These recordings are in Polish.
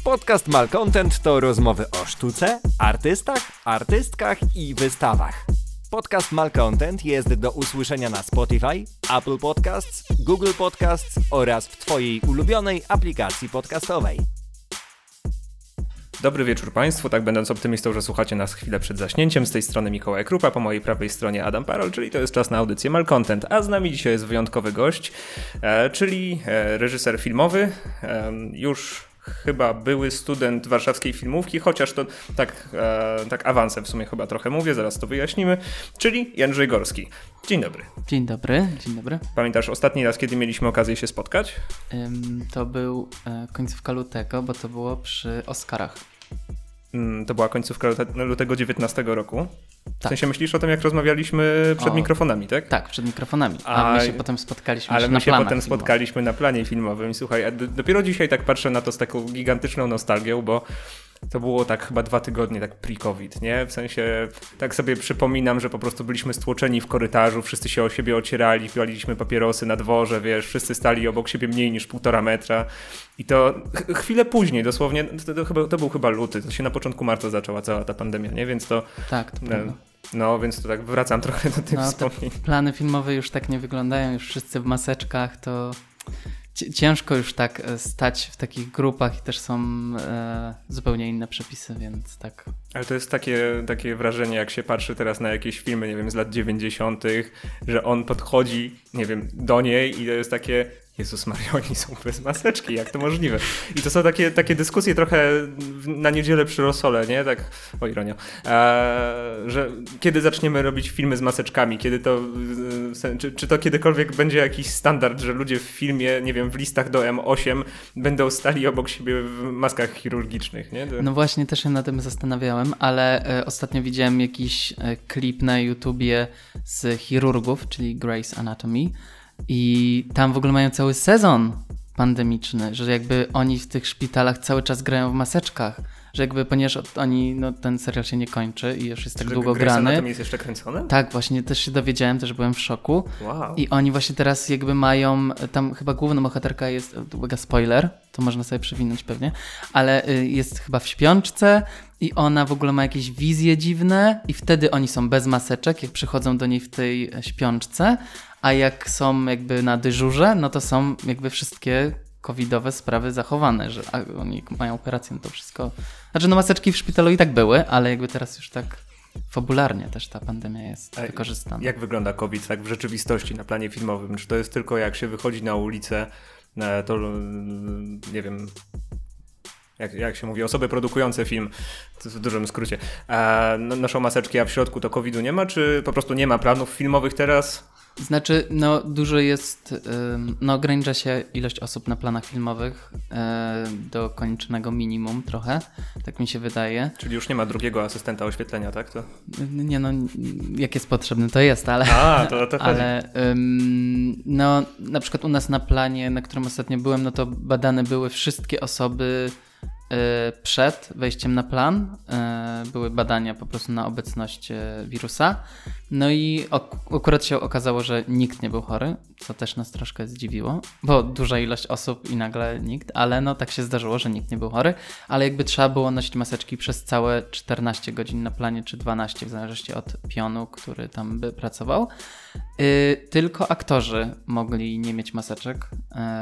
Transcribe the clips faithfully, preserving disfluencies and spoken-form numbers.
Podcast Malcontent to rozmowy o sztuce, artystach, artystkach i wystawach. Podcast Malcontent jest do usłyszenia na Spotify, Apple Podcasts, Google Podcasts oraz w Twojej ulubionej aplikacji podcastowej. Dobry wieczór Państwu, tak będąc optymistą, że słuchacie nas chwilę przed zaśnięciem. Z tej strony Mikołaj Krupa, po mojej prawej stronie Adam Parol, czyli to jest czas na audycję Malcontent. A z nami dzisiaj jest wyjątkowy gość, e, czyli e, reżyser filmowy, e, już chyba były student warszawskiej filmówki, chociaż to tak, e, tak awansem w sumie chyba trochę mówię, zaraz to wyjaśnimy, czyli Jędrzej Gorski. Dzień dobry. Dzień dobry, dzień dobry. Pamiętasz ostatni raz, kiedy mieliśmy okazję się spotkać? Ym, to był e, końcówka lutego, bo to było przy Oscarach. Mm, to była końcówka lutego dziewiętnastego roku. W Tak. sensie myślisz o tym, jak rozmawialiśmy przed o, mikrofonami, tak? Tak, przed mikrofonami. A, a my się potem spotkaliśmy Ale na my się planach potem filmowych. spotkaliśmy na planie filmowym. Słuchaj, d- dopiero dzisiaj tak patrzę na to z taką gigantyczną nostalgią, bo to było tak chyba dwa tygodnie, tak pre-COVID, nie? W sensie tak sobie przypominam, że po prostu byliśmy stłoczeni w korytarzu, wszyscy się o siebie ocierali, paliliśmy papierosy na dworze, wiesz, wszyscy stali obok siebie mniej niż półtora metra. I to ch- chwilę później, dosłownie, to, to, chyba, to był chyba luty, to się na początku marca zaczęła cała ta pandemia, nie? Więc to... Tak, to prawda. No, więc to tak wracam trochę do tych No, wspomnień. plany filmowe już tak nie wyglądają, już wszyscy w maseczkach, to c- ciężko już tak stać w takich grupach i też są e, zupełnie inne przepisy, więc tak. Ale to jest takie, takie wrażenie, jak się patrzy teraz na jakieś filmy, nie wiem, z lat dziewięćdziesiątych, że on podchodzi, nie wiem, do niej i to jest takie... Jezus Maria, oni są bez maseczki, jak to możliwe? I to są takie, takie dyskusje trochę na niedzielę przy rosole, nie? Tak, o ironia. Eee, że kiedy zaczniemy robić filmy z maseczkami? Kiedy to, e, czy, czy to kiedykolwiek będzie jakiś standard, że ludzie w filmie, nie wiem, w listach do M osiem będą stali obok siebie w maskach chirurgicznych, nie? To... No właśnie, też się nad tym zastanawiałem, ale e, ostatnio widziałem jakiś e, klip na YouTubie z chirurgów, czyli Grey's Anatomy. I tam w ogóle mają cały sezon pandemiczny, że jakby oni w tych szpitalach cały czas grają w maseczkach, że jakby ponieważ oni, no ten serial się nie kończy i już jest tak Czy długo Grey's grany. Anatomy jest jeszcze kręcone? Tak, właśnie też się dowiedziałem, też byłem w szoku. Wow. I oni właśnie teraz jakby mają, tam chyba główna bohaterka jest, uwaga spoiler, to można sobie przewinąć pewnie, ale jest chyba w śpiączce i ona w ogóle ma jakieś wizje dziwne i wtedy oni są bez maseczek, jak przychodzą do niej w tej śpiączce, a jak są jakby na dyżurze, no to są jakby wszystkie covidowe sprawy zachowane, że a oni mają operację, no to wszystko... Znaczy no maseczki w szpitalu i tak były, ale jakby teraz już tak fabularnie też ta pandemia jest A wykorzystana. Jak wygląda COVID tak w rzeczywistości na planie filmowym? Czy to jest tylko jak się wychodzi na ulicę, to nie wiem... Jak, jak się mówi, osoby produkujące film, to w dużym skrócie, a noszą maseczki, a w środku to covidu nie ma, czy po prostu nie ma planów filmowych teraz? Znaczy, no dużo jest, no ogranicza się ilość osób na planach filmowych do koniecznego minimum trochę, tak mi się wydaje. Czyli już nie ma drugiego asystenta oświetlenia, tak? To... Nie no, jak jest potrzebny to jest, ale... A, to, to ale no na przykład u nas na planie, na którym ostatnio byłem, no to badane były wszystkie osoby przed wejściem na plan. Były badania po prostu na obecność wirusa. No i akurat się okazało, że nikt nie był chory, co też nas troszkę zdziwiło, bo duża ilość osób i nagle nikt, ale no tak się zdarzyło, że nikt nie był chory, ale jakby trzeba było nosić maseczki przez całe czternaście godzin na planie, czy dwanaście, w zależności od pionu, który tam by pracował. Tylko aktorzy mogli nie mieć maseczek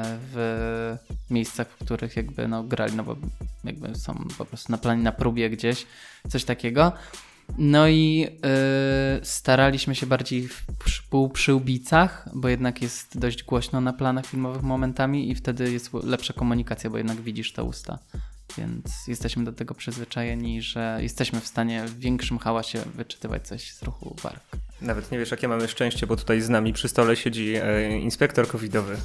w miejscach, w których jakby no grali, no bo jakby są po prostu na planie, na próbie gdzieś, coś takiego. No i yy, staraliśmy się bardziej w półprzyłbicach, bo jednak jest dość głośno na planach filmowych momentami i wtedy jest lepsza komunikacja, bo jednak widzisz te usta. Więc jesteśmy do tego przyzwyczajeni, że jesteśmy w stanie w większym hałasie wyczytywać coś z ruchu warg. Nawet nie wiesz, jakie mamy szczęście, bo tutaj z nami przy stole siedzi e, inspektor covidowy.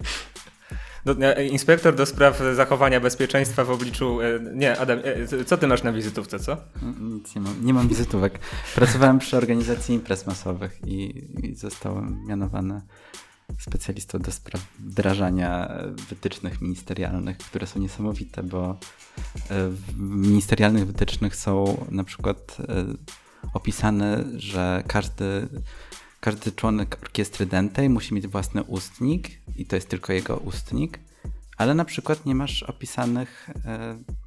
Do, e, inspektor do spraw zachowania bezpieczeństwa w obliczu... E, nie, Adam, e, co ty masz na wizytówce, co? Nic nie mam, nie mam wizytówek. Pracowałem przy organizacji imprez masowych i, i zostałem mianowany specjalistą do spraw wdrażania wytycznych ministerialnych, które są niesamowite, bo w ministerialnych wytycznych są na przykład opisane, że każdy, każdy członek orkiestry dętej musi mieć własny ustnik i to jest tylko jego ustnik, ale na przykład nie masz opisanych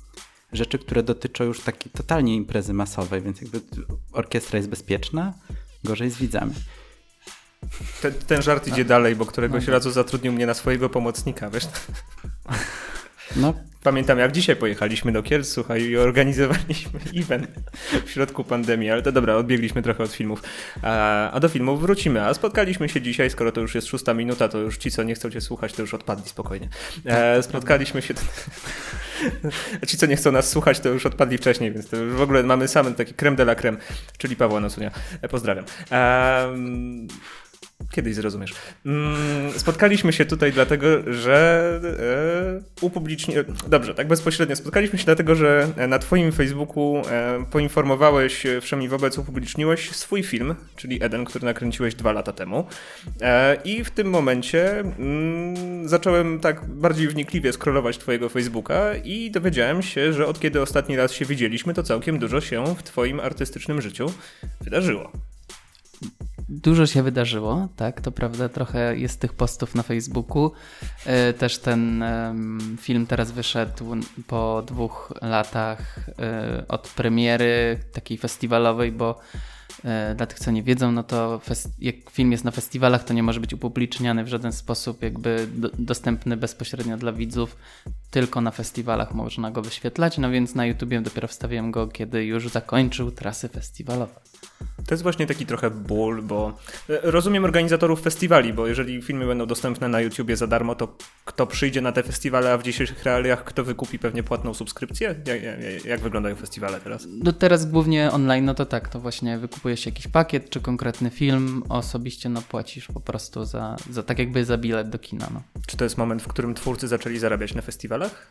rzeczy, które dotyczą już takiej totalnie imprezy masowej, więc jakby orkiestra jest bezpieczna, gorzej z widzami. Ten, ten żart idzie dalej, bo któregoś no, razu zatrudnił mnie na swojego pomocnika, wiesz? No. Pamiętam, jak dzisiaj pojechaliśmy do Kielc, słuchaj, i organizowaliśmy event w środku pandemii, ale to dobra, odbiegliśmy trochę od filmów. A, a do filmów wrócimy, a spotkaliśmy się dzisiaj, skoro to już jest szósta minuta, to już ci, co nie chcą cię słuchać, to już odpadli spokojnie. E, spotkaliśmy się... A ci, co nie chcą nas słuchać, to już odpadli wcześniej, więc to już w ogóle mamy sam taki creme de la creme, czyli Pawła Nosunia. E, pozdrawiam. E, Kiedyś zrozumiesz. Spotkaliśmy się tutaj dlatego, że e, upubliczniłeś... Dobrze, tak bezpośrednio. Spotkaliśmy się dlatego, że na twoim Facebooku e, poinformowałeś, wszemi wobec upubliczniłeś swój film, czyli Eden, który nakręciłeś dwa lata temu. E, I w tym momencie mm, zacząłem tak bardziej wnikliwie scrollować twojego Facebooka i dowiedziałem się, że od kiedy ostatni raz się widzieliśmy, to całkiem dużo się w twoim artystycznym życiu wydarzyło. Dużo się wydarzyło, tak, to prawda, trochę jest tych postów na Facebooku. Też ten film teraz wyszedł po dwóch latach od premiery takiej festiwalowej, bo dla tych, co nie wiedzą, no to fest- jak film jest na festiwalach, to nie może być upubliczniany w żaden sposób, jakby do- dostępny bezpośrednio dla widzów, tylko na festiwalach można go wyświetlać, no więc na YouTubie dopiero wstawiłem go, kiedy już zakończył trasy festiwalowe. To jest właśnie taki trochę ból, bo rozumiem organizatorów festiwali, bo jeżeli filmy będą dostępne na YouTubie za darmo, to kto przyjdzie na te festiwale, a w dzisiejszych realiach kto wykupi pewnie płatną subskrypcję? Jak, jak, jak wyglądają festiwale teraz? No teraz głównie online, no to tak, to właśnie wykupujesz jakiś pakiet czy konkretny film, osobiście no płacisz po prostu za, za tak jakby za bilet do kina. No. Czy to jest moment, w którym twórcy zaczęli zarabiać na festiwalach?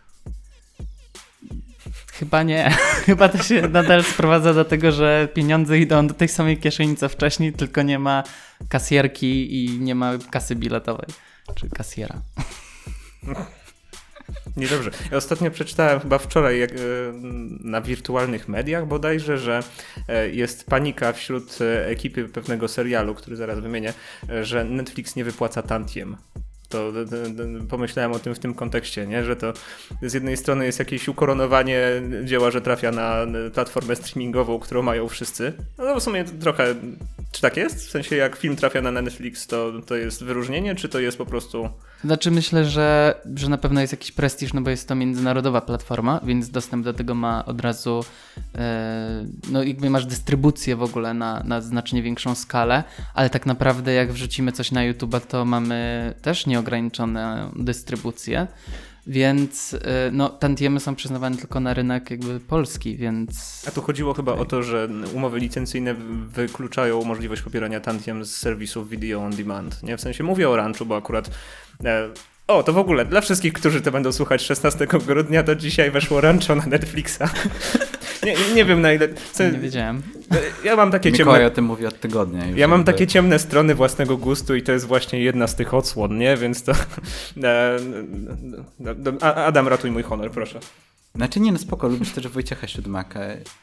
Chyba nie. Chyba to się nadal sprowadza do tego, że pieniądze idą do tej samej kieszeni co wcześniej, tylko nie ma kasjerki i nie ma kasy biletowej, czy kasjera. Niedobrze. Ja ostatnio przeczytałem chyba wczoraj jak, na wirtualnych mediach bodajże, że jest panika wśród ekipy pewnego serialu, który zaraz wymienię, że Netflix nie wypłaca tantiem. To, to, to pomyślałem o tym w tym kontekście, nie? Że to z jednej strony jest jakieś ukoronowanie dzieła, że trafia na platformę streamingową, którą mają wszyscy. No w sumie trochę, czy tak jest? W sensie jak film trafia na Netflix, to, to jest wyróżnienie, czy to jest po prostu... Znaczy myślę, że, że na pewno jest jakiś prestiż, no bo jest to międzynarodowa platforma, więc dostęp do tego ma od razu, e, no jakby masz dystrybucję w ogóle na, na znacznie większą skalę, ale tak naprawdę jak wrzucimy coś na YouTube'a, to mamy też nieograniczoną dystrybucję, więc no tantiemy są przyznawane tylko na rynek jakby polski, więc... A tu chodziło chyba o to, że umowy licencyjne wykluczają możliwość pobierania tantiem z serwisów video on demand, nie? W sensie mówię o Ranchu, bo akurat... E, o, to w ogóle dla wszystkich, którzy to będą słuchać szesnastego grudnia, to dzisiaj weszło Rancho na Netflixa. nie, nie wiem na ile... Co, nie wiedziałem. Ja mam takie Mikołaj ciemne... o tym mówi od tygodnia. Już ja mam jakby... takie ciemne strony własnego gustu i to jest właśnie jedna z tych odsłon, nie? Więc to... Adam, ratuj mój honor, proszę. Znaczy nie, no spoko, lubisz też Wojciecha Siódmaka.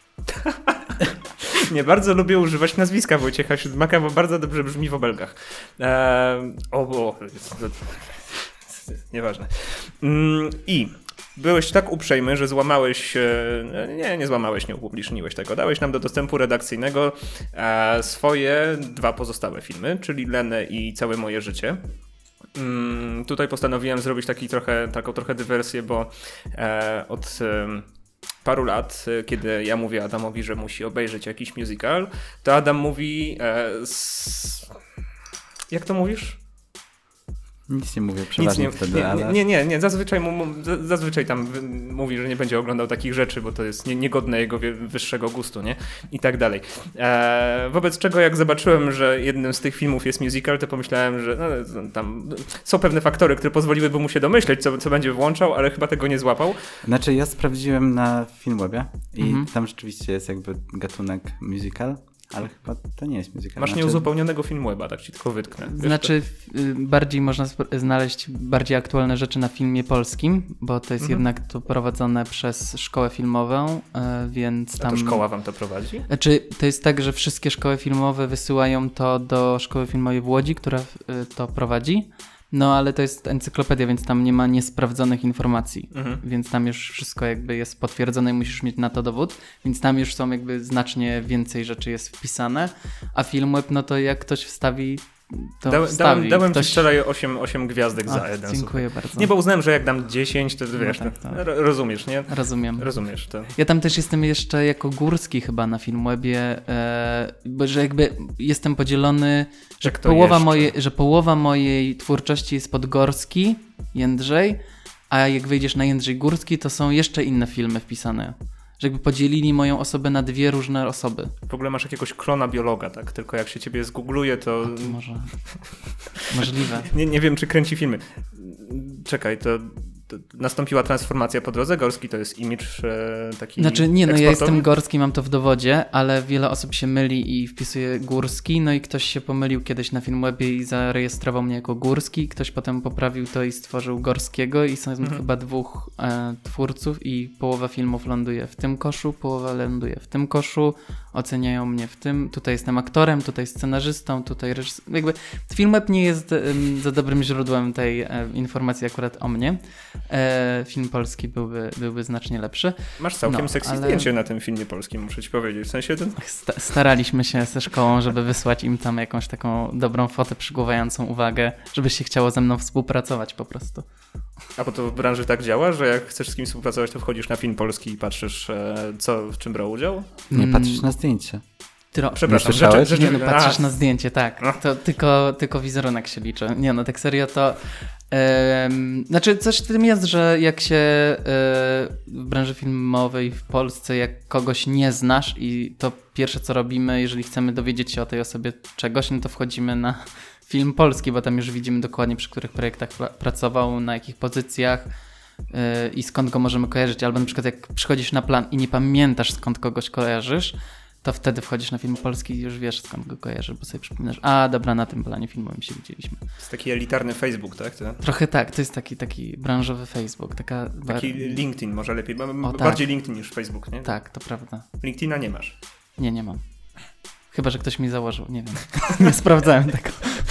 Nie, bardzo lubię używać nazwiska Wojciecha Siódmaka, bo bardzo dobrze brzmi w obelgach. Eee, o, o, nieważne. Mm, I byłeś tak uprzejmy, że złamałeś, nie, nie złamałeś, nie upubliczniłeś tego, dałeś nam do dostępu redakcyjnego e, swoje dwa pozostałe filmy, czyli Lenę i Całe moje życie. Mm, tutaj postanowiłem zrobić taki trochę, taką trochę dywersję, bo e, od... E, paru lat, kiedy ja mówię Adamowi, że musi obejrzeć jakiś musical, to Adam mówi... E, s... Jak to mówisz? Nic nie mówię przeważnie nie, wtedy, nie, ale... Nie, nie, nie. Zazwyczaj, mu, zazwyczaj tam mówi, że nie będzie oglądał takich rzeczy, bo to jest nie, niegodne jego wyższego gustu, nie? I tak dalej. E, wobec czego jak zobaczyłem, że jednym z tych filmów jest musical, to pomyślałem, że no, tam są pewne faktory, które pozwoliłyby mu się domyśleć, co, co będzie włączał, ale chyba tego nie złapał. Znaczy ja sprawdziłem na Filmwebie i mhm. tam rzeczywiście jest jakby gatunek musical. Ale chyba to nie jest musical. Masz znaczy... nieuzupełnionego Filmweba, tak ci tylko wytknę. Wiesz, znaczy to... bardziej można sp- znaleźć bardziej aktualne rzeczy na filmie polskim, bo to jest mhm. jednak to prowadzone przez szkołę filmową, więc tam... A to szkoła wam to prowadzi? Znaczy to jest tak, że wszystkie szkoły filmowe wysyłają to do szkoły filmowej w Łodzi, która to prowadzi. No, ale to jest encyklopedia, więc tam nie ma niesprawdzonych informacji, mhm. więc tam już wszystko jakby jest potwierdzone i musisz mieć na to dowód, więc tam już są jakby znacznie więcej rzeczy jest wpisane, a Filmweb, no to jak ktoś wstawi, to da, wstawi. Dałem, dałem ktoś... ci wczoraj osiem gwiazdek Ach, za jeden. Dziękuję słuchaj. bardzo. Nie, bo uznałem, że jak dam dziesięć, to wiesz, no tak, tak. rozumiesz, nie? Rozumiem. Rozumiesz to. Ja tam też jestem jeszcze jako Górski chyba na Filmwebie, e, bo że jakby jestem podzielony, że połowa, moje, że połowa mojej twórczości jest Podgorski, Jędrzej, a jak wyjdziesz na Jędrzej Górski, to są jeszcze inne filmy wpisane. Że jakby podzielili moją osobę na dwie różne osoby. W ogóle masz jakiegoś klona biologa, tak? Tylko jak się ciebie zgoogluje, to... A, to może... Możliwe. nie, nie wiem, czy kręci filmy. Czekaj, to, to nastąpiła transformacja po drodze. Gorski to jest imidż e, taki Znaczy nie, no eksportowy? ja jestem Gorski, mam to w dowodzie, ale wiele osób się myli i wpisuje Górski, no i ktoś się pomylił kiedyś na Filmwebie i zarejestrował mnie jako Górski, ktoś potem poprawił to i stworzył Gorskiego i są mhm. chyba dwóch e, twórców i połowa filmów ląduje w tym koszu, połowa ląduje w tym koszu, oceniają mnie w tym, tutaj jestem aktorem, tutaj scenarzystą, tutaj reżyserem, jakby Filmweb nie jest um, za dobrym źródłem tej e, informacji akurat o mnie. E, film polski byłby, byłby znacznie lepszy. Masz całkiem no, sexy ale... zdjęcie na tym filmie polskim, muszę ci powiedzieć. W sensie ten... Sta- staraliśmy się ze szkołą, żeby wysłać im tam jakąś taką dobrą fotę przykuwającą uwagę, żeby się chciało ze mną współpracować po prostu. A bo to w branży tak działa, że jak chcesz z kimś współpracować, to wchodzisz na film polski i patrzysz, co, w czym brał udział? Nie, patrzysz na zdjęcie. Tro... Przepraszam, nie, rzeczy, rzeczy, nie no, patrzysz A. na zdjęcie, tak. No. To tylko, tylko wizerunek się liczy. Nie no, tak serio to... Ym, znaczy coś w tym jest, że jak się yy, w branży filmowej w Polsce, jak kogoś nie znasz i to pierwsze co robimy, jeżeli chcemy dowiedzieć się o tej osobie czegoś, no to wchodzimy na film polski, bo tam już widzimy dokładnie przy których projektach pra- pracował, na jakich pozycjach yy, i skąd go możemy kojarzyć. Albo na przykład jak przychodzisz na plan i nie pamiętasz skąd kogoś kojarzysz, to wtedy wchodzisz na film polski i już wiesz skąd go kojarzysz, bo sobie przypominasz, a dobra, na tym planie filmowym się widzieliśmy. To jest taki elitarny Facebook, tak? To... Trochę tak, to jest taki, taki branżowy Facebook. Taka taki bar... LinkedIn może lepiej, o, bardziej tak. LinkedIn niż Facebook, nie? Tak, to prawda. LinkedIna nie masz? Nie, nie mam. Chyba, że ktoś mi założył, nie wiem. Nie sprawdzałem tego.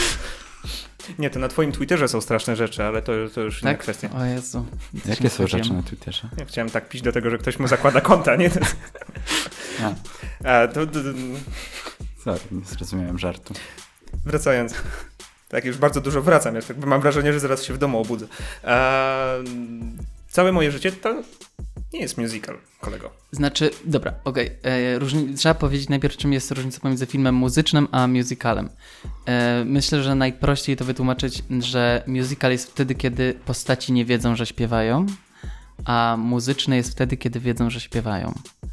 Nie, to na twoim Twitterze są straszne rzeczy, ale to, to już inna tak? kwestia. O Jezu. Jakie są rzeczy na Twitterze? Ja chciałem tak pić do tego, że ktoś mu zakłada konta, nie? A. A, to, to, to... Sorry, nie zrozumiałem żartu. Wracając. Tak, już bardzo dużo wracam. Ja tak mam wrażenie, że zaraz się w domu obudzę. A, całe moje życie to nie jest musical, kolego. Znaczy, dobra, okej. Okay. Różni... Trzeba powiedzieć najpierw, czym jest różnica pomiędzy filmem muzycznym a musicalem. E, myślę, że najprościej to wytłumaczyć, że musical jest wtedy, kiedy postaci nie wiedzą, że śpiewają, a muzyczny jest wtedy, kiedy wiedzą, że śpiewają.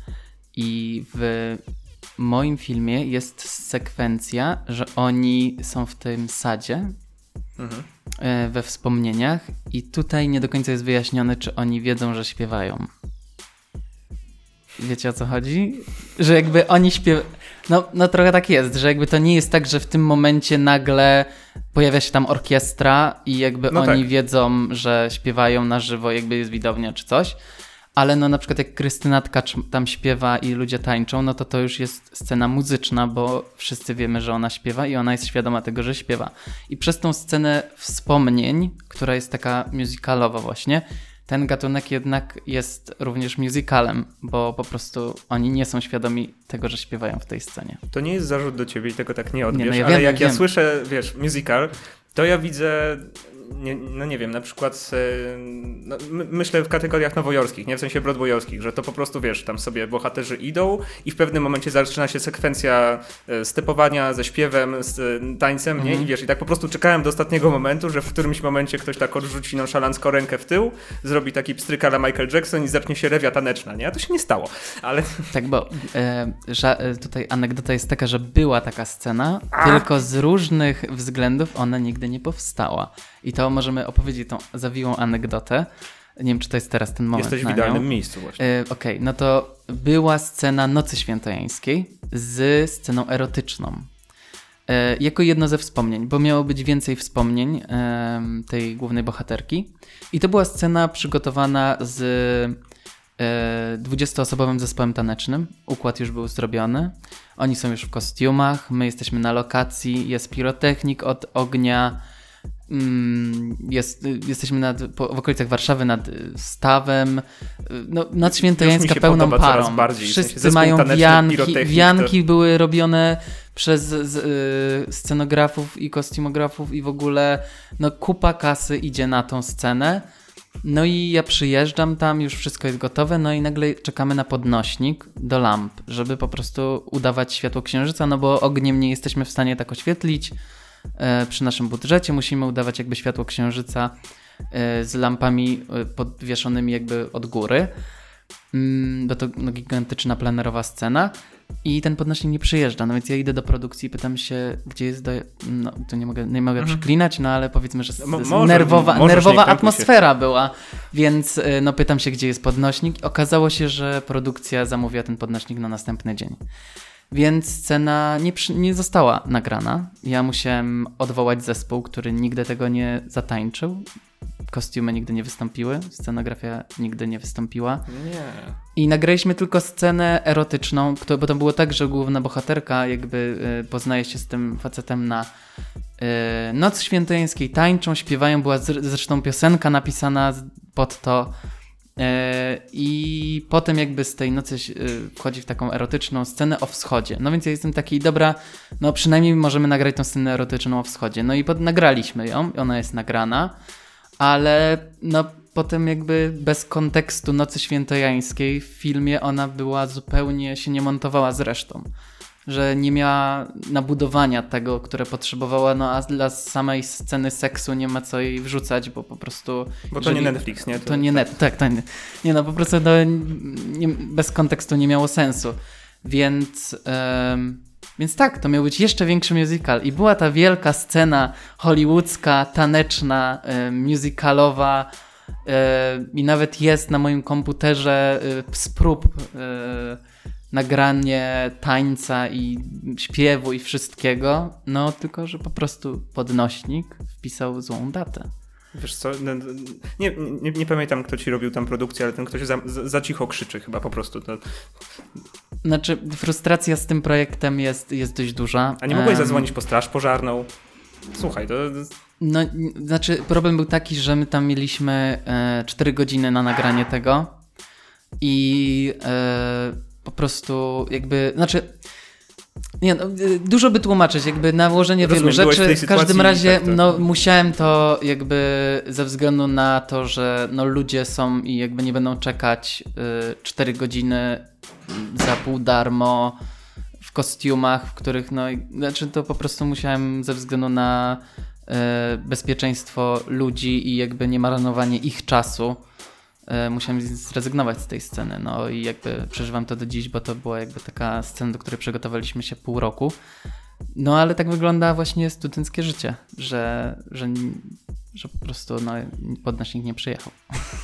I w moim filmie jest sekwencja, że oni są w tym sadzie, mhm. we wspomnieniach i tutaj nie do końca jest wyjaśnione, czy oni wiedzą, że śpiewają. Wiecie, o co chodzi? Że jakby oni śpiewają... No, no trochę tak jest, że jakby to nie jest tak, że w tym momencie nagle pojawia się tam orkiestra i jakby no oni tak. wiedzą, że śpiewają na żywo, jakby jest widownia czy coś. Ale no na przykład jak Krystyna Tkacz tam śpiewa i ludzie tańczą, no to to już jest scena muzyczna, bo wszyscy wiemy, że ona śpiewa i ona jest świadoma tego, że śpiewa. I przez tą scenę wspomnień, która jest taka musicalowa właśnie, ten gatunek jednak jest również musicalem, bo po prostu oni nie są świadomi tego, że śpiewają w tej scenie. To nie jest zarzut do ciebie i tego tak nie odbierz, nie, no ja ale wiem, jak ja wiem. słyszę, wiesz, musical, to ja widzę... Nie, no nie wiem, na przykład no, my, myślę w kategoriach nowojorskich, nie w sensie broadwayowskich, że to po prostu wiesz, tam sobie bohaterzy idą i w pewnym momencie zaczyna się sekwencja stepowania ze śpiewem, z tańcem, mm-hmm. nie? I wiesz, i tak po prostu czekałem do ostatniego momentu, że w którymś momencie ktoś tak odrzuci nonszalancko rękę w tył, zrobi taki pstryk a la Michael Jackson i zacznie się rewia taneczna, nie? A to się nie stało, ale... Tak, bo e, że, tutaj anegdota jest taka, że była taka scena, a? tylko z różnych względów ona nigdy nie powstała. I to możemy opowiedzieć tą zawiłą anegdotę. Nie wiem, czy to jest teraz ten moment. Jesteś w idealnym miejscu właśnie. E, Okej, okay, no to była scena Nocy Świętojańskiej z sceną erotyczną. E, jako jedno ze wspomnień, bo miało być więcej wspomnień e, tej głównej bohaterki. I to była scena przygotowana z e, dwudziestoosobowym zespołem tanecznym. Układ już był zrobiony. Oni są już w kostiumach, my jesteśmy na lokacji, jest pirotechnik od ognia. Jest, jesteśmy nad, po, w okolicach Warszawy nad stawem. No, Noc Świętojańska pełną parą. Bardziej, Wszyscy w sensie mają wianki. Wianki to... były robione przez z, y, scenografów i kostiumografów i w ogóle no, kupa kasy idzie na tą scenę. No i ja przyjeżdżam tam, już wszystko jest gotowe, no i nagle czekamy na podnośnik do lamp, żeby po prostu udawać światło księżyca, no bo ogniem nie jesteśmy w stanie tak oświetlić. Przy naszym budżecie musimy udawać jakby światło księżyca z lampami podwieszonymi jakby od góry, bo to no, gigantyczna plenerowa scena i ten podnośnik nie przyjeżdża, no więc ja idę do produkcji i pytam się, gdzie jest do... no to nie mogę, nie mogę mhm. przeklinać, no ale powiedzmy, że Mo- może, nerwowa, nerwowa atmosfera się. była, więc no pytam się, gdzie jest podnośnik. Okazało się, że produkcja zamówiła ten podnośnik na następny dzień. Więc scena nie, przy, nie została nagrana. Ja musiałem odwołać zespół, który nigdy tego nie zatańczył. Kostiumy nigdy nie wystąpiły, scenografia nigdy nie wystąpiła. Nie. I nagraliśmy tylko scenę erotyczną, bo to było tak, że główna bohaterka jakby y, poznaje się z tym facetem na y, Noc Świętojańskiej, tańczą, śpiewają, była z, zresztą piosenka napisana pod to. I potem jakby z tej nocy wchodzi w taką erotyczną scenę o wschodzie. No więc ja jestem taki, dobra, no przynajmniej możemy nagrać tą scenę erotyczną o wschodzie. No i pod, nagraliśmy ją, ona jest nagrana, ale no potem jakby bez kontekstu Nocy Świętojańskiej w filmie ona była zupełnie, się nie montowała z resztą. Że nie miała nabudowania tego, które potrzebowała, no a dla samej sceny seksu nie ma co jej wrzucać, bo po prostu... Bo to nie Netflix, nie? To, to nie net, tak, to nie, nie no po prostu to nie, bez kontekstu nie miało sensu. Więc, um, więc tak, to miał być jeszcze większy musical i była ta wielka scena hollywoodzka, taneczna, um, musicalowa um, i nawet jest na moim komputerze um, z prób um, nagranie tańca i śpiewu i wszystkiego, no tylko, że po prostu podnośnik wpisał złą datę. Wiesz co, no, nie, nie, nie pamiętam, kto ci robił tam produkcję, ale ten ktoś za, za cicho krzyczy chyba po prostu. To... Znaczy frustracja z tym projektem jest, jest dość duża. A nie mogłeś um, zadzwonić po straż pożarną? Słuchaj, to... No, znaczy problem był taki, że my tam mieliśmy e, cztery godziny na nagranie tego i e, po prostu jakby, znaczy nie, no, dużo by tłumaczyć, jakby nałożenie wielu Rozumiem, rzeczy. W, w każdym razie tak to... no, musiałem to jakby ze względu na to, że no, ludzie są i jakby nie będą czekać y, cztery godziny za pół darmo w kostiumach, w których no, znaczy to po prostu musiałem ze względu na y, bezpieczeństwo ludzi i jakby nie marnowanie ich czasu musiałem zrezygnować z tej sceny, no i jakby przeżywam to do dziś, bo to była jakby taka scena, do której przygotowaliśmy się pół roku. No ale tak wygląda właśnie studenckie życie, że, że, że po prostu no, podnośnik nie przyjechał.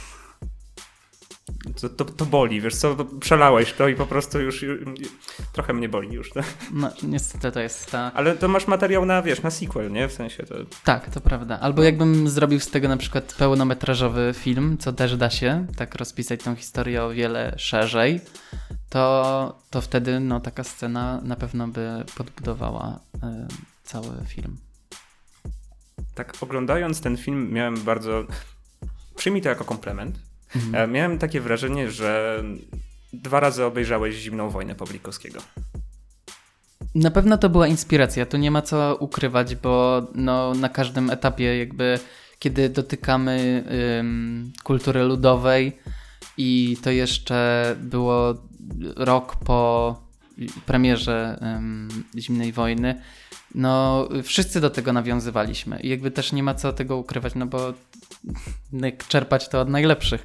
To, to, to boli, wiesz co, przelałeś to i po prostu już, już trochę mnie boli już. Tak? No niestety to jest ta... Ale to masz materiał na, wiesz, na sequel, nie? W sensie to... Tak, to prawda. Albo jakbym zrobił z tego na przykład pełnometrażowy film, co też da się, tak rozpisać tą historię o wiele szerzej, to, to wtedy no taka scena na pewno by podbudowała y, cały film. Tak, oglądając ten film miałem bardzo... Przyjmij to jako komplement. Mhm. Miałem takie wrażenie, że dwa razy obejrzałeś Zimną wojnę Pawlikowskiego. Na pewno to była inspiracja, tu nie ma co ukrywać, bo no, na każdym etapie jakby, kiedy dotykamy ym, kultury ludowej i to jeszcze było rok po premierze ym, Zimnej wojny, no wszyscy do tego nawiązywaliśmy i jakby też nie ma co tego ukrywać, no bo czerpać to od najlepszych.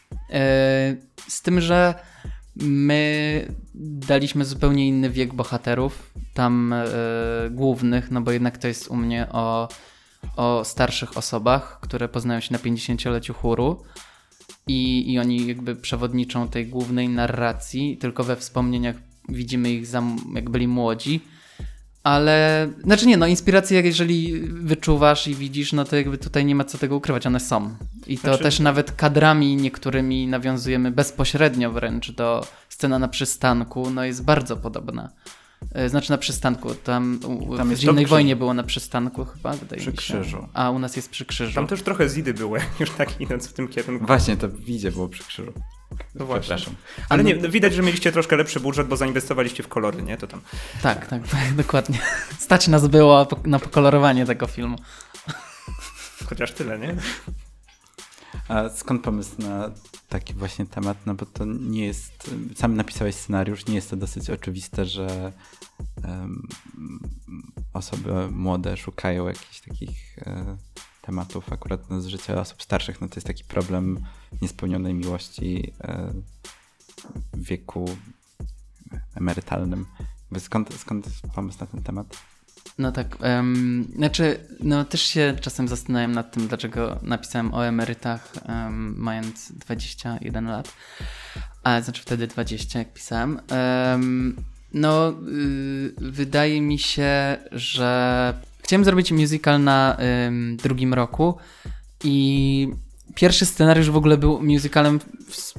Z tym, że my daliśmy zupełnie inny wiek bohaterów, tam głównych, no bo jednak to jest u mnie o, o starszych osobach, które poznają się na pięćdziesięcioleciu chóru i, i oni jakby przewodniczą tej głównej narracji, tylko we wspomnieniach widzimy ich za, jak byli młodzi. Ale, znaczy nie, no inspiracje jeżeli wyczuwasz i widzisz, no to jakby tutaj nie ma co tego ukrywać, one są. I to znaczy... też nawet kadrami niektórymi nawiązujemy bezpośrednio wręcz do scena na przystanku, no jest bardzo podobna. Znaczy na przystanku. Tam, Tam w jest Zimnej przy... wojnie było na przystanku chyba, wydaje przy mi się. krzyżu. A u nas jest przy krzyżu. Tam też trochę zidy były, już tak idąc w tym kierunku. Właśnie, to widzie było przy krzyżu. No właśnie. Przepraszam. Ale nie, widać, że mieliście troszkę lepszy budżet, bo zainwestowaliście w kolory, nie? To tam. Tak, tak, tak, dokładnie. Stać nas było na pokolorowanie tego filmu. Chociaż tyle, nie? A skąd pomysł na taki właśnie temat? No bo to nie jest, sam napisałeś scenariusz, nie jest to dosyć oczywiste, że um, osoby młode szukają jakichś takich e, tematów akurat no, z życia osób starszych. No to jest taki problem niespełnionej miłości e, w wieku emerytalnym. Skąd, skąd pomysł na ten temat? No tak, um, znaczy, no też się czasem zastanawiam nad tym, dlaczego napisałem o emerytach um, mając dwadzieścia jeden lat, a znaczy wtedy dwadzieścia jak pisałem. Um, no, y, wydaje mi się, że chciałem zrobić musical na ym, drugim roku i pierwszy scenariusz w ogóle był musicalem w...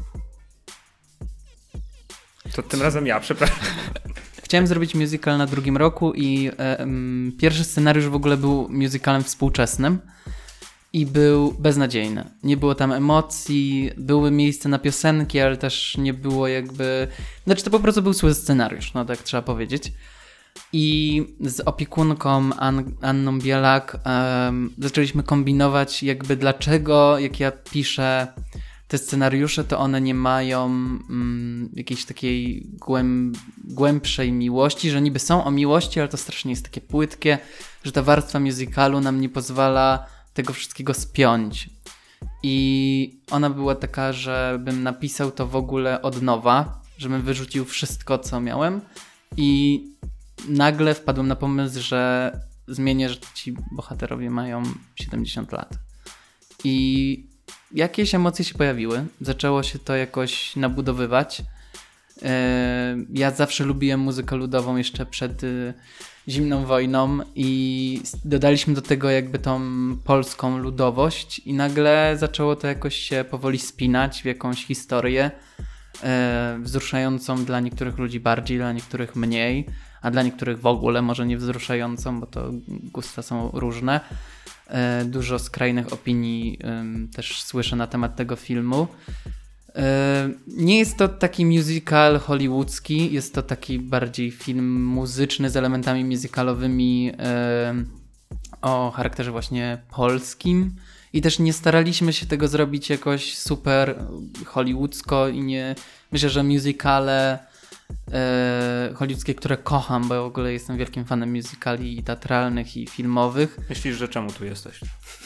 To tym razem ja, przepraszam. Chciałem zrobić musical na drugim roku i um, pierwszy scenariusz w ogóle był musicalem współczesnym i był beznadziejny. Nie było tam emocji, były miejsca na piosenki, ale też nie było jakby... Znaczy to po prostu był zły scenariusz, no tak trzeba powiedzieć. I z opiekunką An- Anną Bielak um, zaczęliśmy kombinować jakby dlaczego, jak ja piszę te scenariusze, to one nie mają mm, jakiejś takiej głęb- głębszej miłości, że niby są o miłości, ale to strasznie jest takie płytkie, że ta warstwa musicalu nam nie pozwala tego wszystkiego spiąć. I ona była taka, żebym napisał to w ogóle od nowa, żebym wyrzucił wszystko, co miałem i nagle wpadłem na pomysł, że zmienię, że ci bohaterowie mają siedemdziesiąt lat. I jakieś emocje się pojawiły. Zaczęło się to jakoś nabudowywać. Ja zawsze lubiłem muzykę ludową jeszcze przed zimną wojną i dodaliśmy do tego jakby tą polską ludowość i nagle zaczęło to jakoś się powoli spinać w jakąś historię wzruszającą dla niektórych ludzi bardziej, dla niektórych mniej, a dla niektórych w ogóle może nie wzruszającą, bo to gusta są różne. Dużo skrajnych opinii też słyszę na temat tego filmu. Nie jest to taki musical hollywoodzki, jest to taki bardziej film muzyczny z elementami musicalowymi o charakterze właśnie polskim. I też nie staraliśmy się tego zrobić jakoś super hollywoodzko i nie... Myślę, że musicale e, hollywoodzkie, które kocham, bo ja w ogóle jestem wielkim fanem musicali i teatralnych i filmowych. Myślisz, że czemu tu jesteś?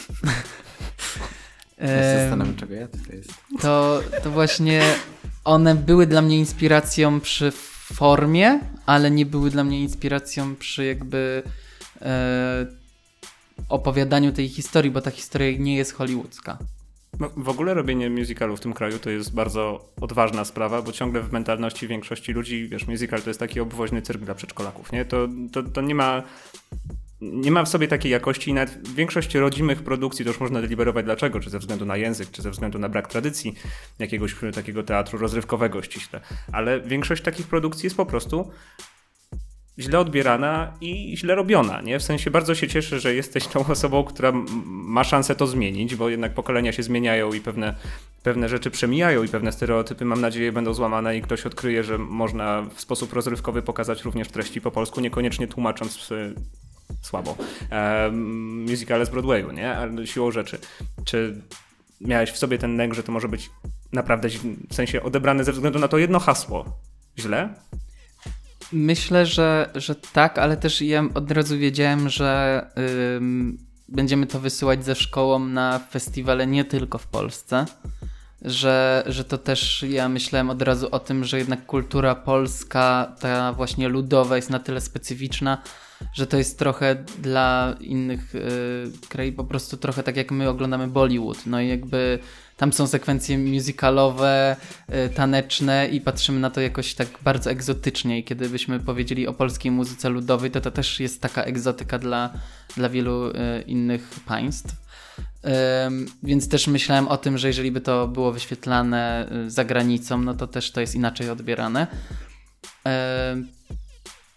Ja się zastanawiam, czego ja tutaj jestem. To, to właśnie one były dla mnie inspiracją przy formie, ale nie były dla mnie inspiracją przy jakby e, opowiadaniu tej historii, bo ta historia nie jest hollywoodzka. No, w ogóle robienie musicalu w tym kraju to jest bardzo odważna sprawa, bo ciągle w mentalności większości ludzi, wiesz, musical to jest taki obwoźny cyrk dla przedszkolaków, nie? To, to, to nie ma... Nie ma w sobie takiej jakości i nawet większość rodzimych produkcji, to już można deliberować dlaczego, czy ze względu na język, czy ze względu na brak tradycji jakiegoś takiego teatru rozrywkowego ściśle, ale większość takich produkcji jest po prostu źle odbierana i źle robiona, nie? W sensie bardzo się cieszę, że jesteś tą osobą, która ma szansę to zmienić, bo jednak pokolenia się zmieniają i pewne, pewne rzeczy przemijają i pewne stereotypy, mam nadzieję, będą złamane i ktoś odkryje, że można w sposób rozrywkowy pokazać również treści po polsku, niekoniecznie tłumacząc słabo um, musicale z Broadwayu, nie? Ale siłą rzeczy. Czy miałeś w sobie ten lęk, że to może być naprawdę w sensie odebrane ze względu na to jedno hasło źle? Myślę, że, że tak, ale też ja od razu wiedziałem, że ym, będziemy to wysyłać ze szkołą na festiwale nie tylko w Polsce. Że, że to też ja myślałem od razu o tym, że jednak kultura polska, ta właśnie ludowa jest na tyle specyficzna, że to jest trochę dla innych y, krajów po prostu trochę tak jak my oglądamy Bollywood. No i jakby tam są sekwencje musicalowe, y, taneczne i patrzymy na to jakoś tak bardzo egzotycznie i kiedy byśmy powiedzieli o polskiej muzyce ludowej, to to też jest taka egzotyka dla, dla wielu y, innych państw. Um, więc też myślałem o tym, że jeżeli by to było wyświetlane y, za granicą, no to też to jest inaczej odbierane. Um,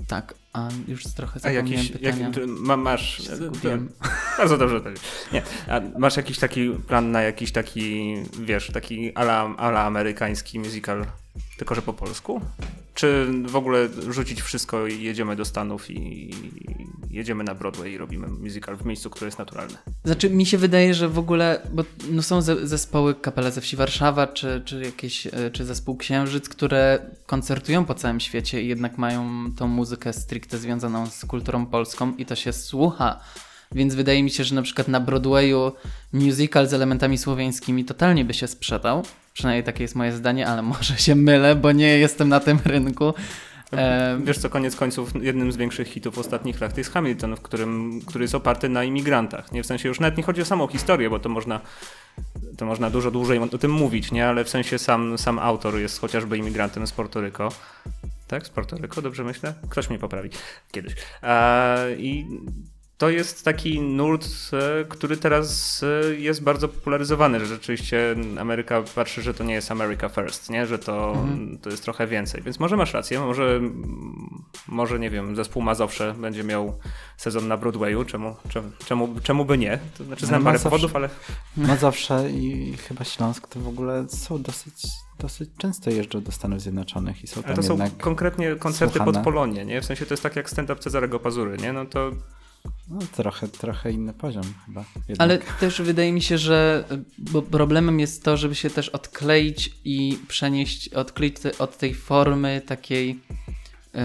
Tak, a już trochę A zapomniałem jakiś, pytania. jak, ma, masz... Zgubiłem. Bardzo dobrze. To nie. A masz jakiś taki plan na jakiś taki, wiesz, taki ala, ala amerykański musical, tylko że po polsku? Czy w ogóle rzucić wszystko i jedziemy do Stanów i jedziemy na Broadway i robimy musical w miejscu, które jest naturalne? Znaczy mi się wydaje, że w ogóle, bo no są zespoły Kapela ze Wsi Warszawa, czy, czy jakieś, czy zespół Księżyc, które koncertują po całym świecie i jednak mają tą muzykę stricte związaną z kulturą polską i to się słucha. Więc wydaje mi się, że na przykład na Broadwayu musical z elementami słowiańskimi totalnie by się sprzedał. Przynajmniej takie jest moje zdanie, ale może się mylę, bo nie jestem na tym rynku. E... Wiesz co, koniec końców jednym z większych hitów ostatnich lat jest Hamilton, w którym, który jest oparty na imigrantach. Nie w sensie już nawet nie chodzi o samą historię, bo to można, to można dużo dłużej o tym mówić, nie? Ale w sensie sam, sam autor jest chociażby imigrantem z Porto-Ryko. Tak? Z Porto-Ryko? Dobrze myślę? Ktoś mnie poprawi kiedyś. A, I to jest taki nurt, który teraz jest bardzo popularyzowany, że rzeczywiście Ameryka patrzy, że to nie jest America First, nie? Że to, mhm. to jest trochę więcej. Więc może masz rację, może, może nie wiem, zespół Mazowsze będzie miał sezon na Broadwayu, czemu, czemu, czemu, czemu by nie? To znaczy znam parę powodów, ale... Mazowsze i chyba Śląsk to w ogóle są dosyć... dosyć często jeżdżą do Stanów Zjednoczonych i są tam ale to są jednak konkretnie koncerty słuchane. pod Polonię, nie? W sensie to jest tak jak stand-up Cezarego Pazury, nie? No to... No, trochę, trochę inny poziom chyba. Jednak. Ale też wydaje mi się, że bo problemem jest to, żeby się też odkleić i przenieść, odkleić te, od tej formy takiej yy,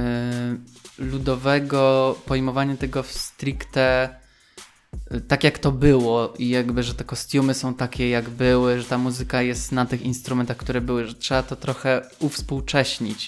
ludowego pojmowania tego w stricte yy, tak jak to było i jakby, że te kostiumy są takie jak były, że ta muzyka jest na tych instrumentach, które były, że trzeba to trochę uwspółcześnić.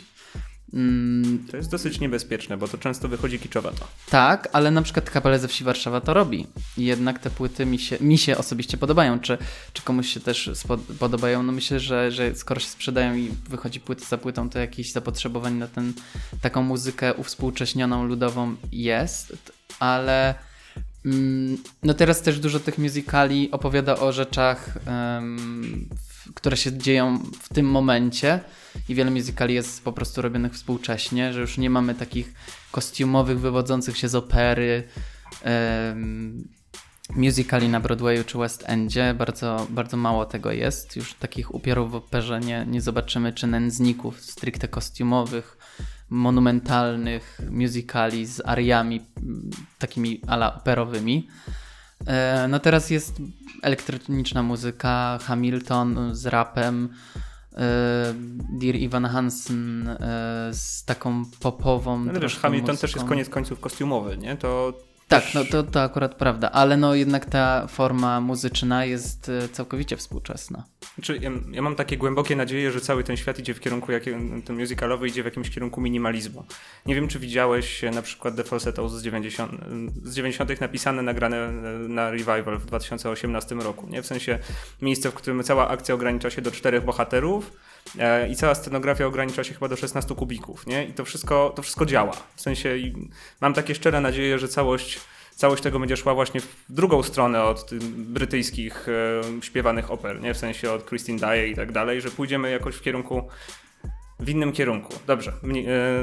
To jest dosyć niebezpieczne, bo to często wychodzi kiczowato. Tak, ale na przykład Kapela ze Wsi Warszawa to robi. I jednak te płyty mi się, mi się osobiście podobają. Czy, czy komuś się też spod- podobają? No myślę, że, że skoro się sprzedają i wychodzi płyta za płytą, to jakieś zapotrzebowanie na ten, taką muzykę uwspółcześnioną, ludową jest. Ale mm, no teraz też dużo tych musicali opowiada o rzeczach, um, w, które się dzieją w tym momencie. I wiele musicali jest po prostu robionych współcześnie, że już nie mamy takich kostiumowych, wywodzących się z opery um, musicali na Broadwayu czy West Endzie. Bardzo, bardzo mało tego jest. Już takich upiorów w operze nie, nie zobaczymy, czy nędzników stricte kostiumowych, monumentalnych musicali z ariami takimi ala operowymi. E, no teraz jest elektroniczna muzyka, Hamilton z rapem, Dear Evan Hansen z taką popową. No wiesz, Hamilton muzyką. Też jest koniec końców kostiumowy, nie? To tak, też... no to, to akurat prawda, ale no jednak ta forma muzyczna jest całkowicie współczesna. Znaczy, ja, ja mam takie głębokie nadzieje, że cały ten świat idzie w kierunku, jak, ten musicalowy idzie w jakimś kierunku minimalizmu. Nie wiem, czy widziałeś na przykład The Falsettos z dziewięćdziesiątych napisane, nagrane na Revival w dwa tysiące osiemnastym roku. Nie? W sensie miejsce, w którym cała akcja ogranicza się do czterech bohaterów e, i cała scenografia ogranicza się chyba do szesnastu kubików. Nie? I to wszystko, to wszystko działa. W sensie mam takie szczere nadzieje, że całość Całość tego będzie szła właśnie w drugą stronę od brytyjskich e, śpiewanych oper, nie? W sensie od Christine Daae i tak dalej, że pójdziemy jakoś w kierunku, w innym kierunku. Dobrze. Mnie, e...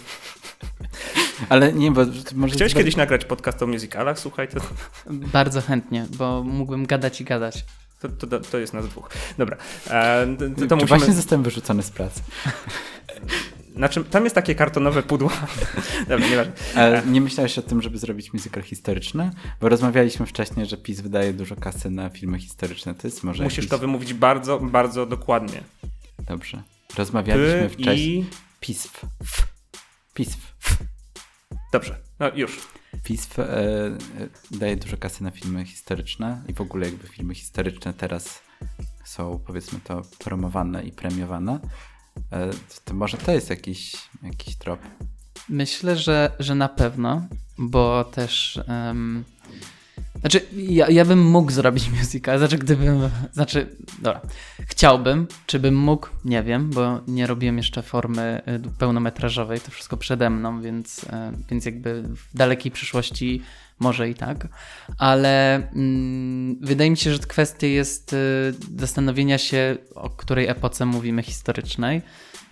Ale nie, bo może... Chciałeś to... kiedyś nagrać podcast o musicalach? Słuchaj, to... Bardzo chętnie, bo mógłbym gadać i gadać. To, to, to jest nas dwóch. Dobra. E, to, to, to Czy musimy... właśnie zostałem wyrzucony z pracy? Znaczy, tam jest takie kartonowe pudło. Dobra, nieważne. Ale nie myślałeś o tym, żeby zrobić musical historyczny? Bo rozmawialiśmy wcześniej, że PiS wydaje dużo kasy na filmy historyczne. To jest może Musisz jakiś... to wymówić bardzo, bardzo dokładnie. Dobrze. Rozmawialiśmy Ty wcześniej. I... PiS. PiS. Dobrze, no już. PiS e, daje dużo kasy na filmy historyczne i w ogóle jakby filmy historyczne teraz są, powiedzmy to, promowane i premiowane. To może to jest jakiś, jakiś trop. Myślę, że, że na pewno, bo też um, znaczy ja, ja bym mógł zrobić musical, znaczy gdybym, znaczy dobra, chciałbym, czy bym mógł, nie wiem, bo nie robiłem jeszcze formy pełnometrażowej, to wszystko przede mną, więc, więc jakby w dalekiej przyszłości może i tak, ale mm, wydaje mi się, że kwestia jest y, zastanowienia się, o której epoce mówimy historycznej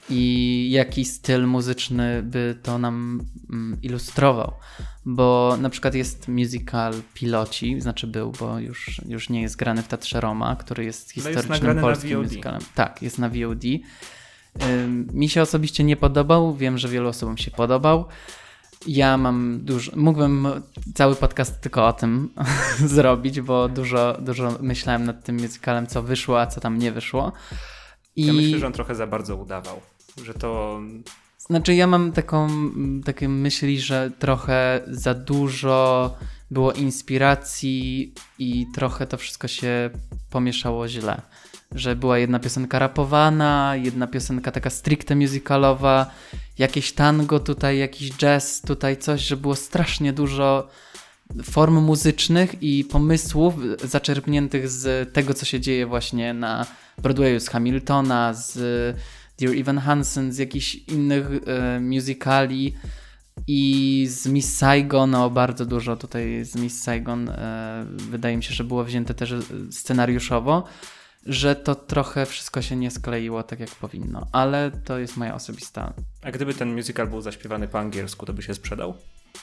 i jaki styl muzyczny by to nam mm, ilustrował. Bo na przykład jest musical Piloci, znaczy był, bo już, już nie jest grany w Teatrze Roma, który jest historycznym polskim musicalem. Tak, jest na V O D. Ym, mi się osobiście nie podobał, wiem, że wielu osobom się podobał. Ja mam dużo, mógłbym cały podcast tylko o tym zrobić, bo dużo, dużo myślałem nad tym musicalem, co wyszło, a co tam nie wyszło. I... Ja myślę, że on trochę za bardzo udawał, że to... Znaczy ja mam taką takie myśli, że trochę za dużo było inspiracji i trochę to wszystko się pomieszało źle. Że była jedna piosenka rapowana, jedna piosenka taka stricte musicalowa, jakieś tango tutaj, jakiś jazz tutaj, coś, że było strasznie dużo form muzycznych i pomysłów zaczerpniętych z tego, co się dzieje właśnie na Broadwayu, z Hamiltona, z Dear Evan Hansen, z jakichś innych e, musicali i z Miss Saigon, no bardzo dużo tutaj z Miss Saigon e, wydaje mi się, że było wzięte też scenariuszowo, że to trochę wszystko się nie skleiło tak jak powinno, ale to jest moja osobista. A gdyby ten musical był zaśpiewany po angielsku, to by się sprzedał?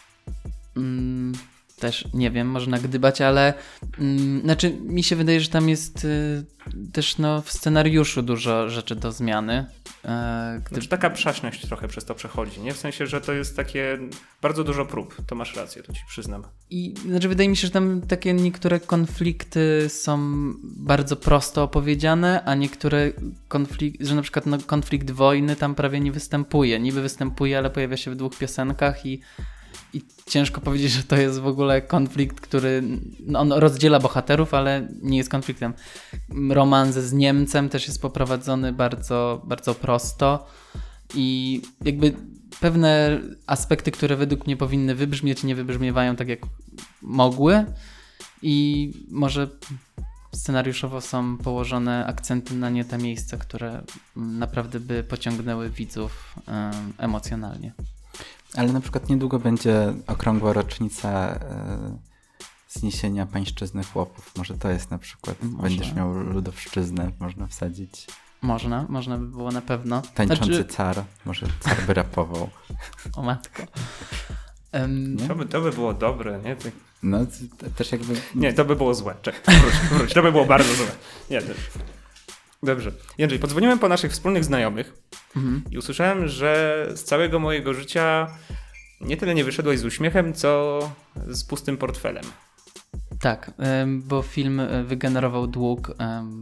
Mm, też nie wiem, można gdybać, ale mm, znaczy mi się wydaje, że tam jest y, też no, w scenariuszu dużo rzeczy do zmiany. E, gdy... Znaczy taka przaśność trochę przez to przechodzi, nie? W sensie, że to jest takie bardzo dużo prób, to masz rację, to ci przyznam. I znaczy wydaje mi się, że tam takie niektóre konflikty są bardzo prosto opowiedziane, a niektóre konflikty, że na przykład no, konflikt wojny tam prawie nie występuje. Niby występuje, ale pojawia się w dwóch piosenkach i I ciężko powiedzieć, że to jest w ogóle konflikt, który no on rozdziela bohaterów, ale nie jest konfliktem. Romans z Niemcem też jest poprowadzony bardzo, bardzo prosto i jakby pewne aspekty, które według mnie powinny wybrzmieć, nie wybrzmiewają tak jak mogły i może scenariuszowo są położone akcenty na nie te miejsca, które naprawdę by pociągnęły widzów um, emocjonalnie. Ale na przykład niedługo będzie okrągła rocznica e, zniesienia pańszczyzny chłopów. Może to jest na przykład, Można. Będziesz miał ludowszczyznę, można wsadzić. Można, można by było na pewno. Tańczący znaczy... car, może car by rapował. O matko. Um... To, by, to by było dobre, nie? Ty... No to, też jakby... Nie, to by było złe. Czekaj, wróć, wróć. To by było bardzo złe. Nie, to... Dobrze. Jędrzej, podzwoniłem po naszych wspólnych znajomych mhm. i usłyszałem, że z całego mojego życia nie tyle nie wyszedłeś z uśmiechem, co z pustym portfelem. Tak, bo film wygenerował dług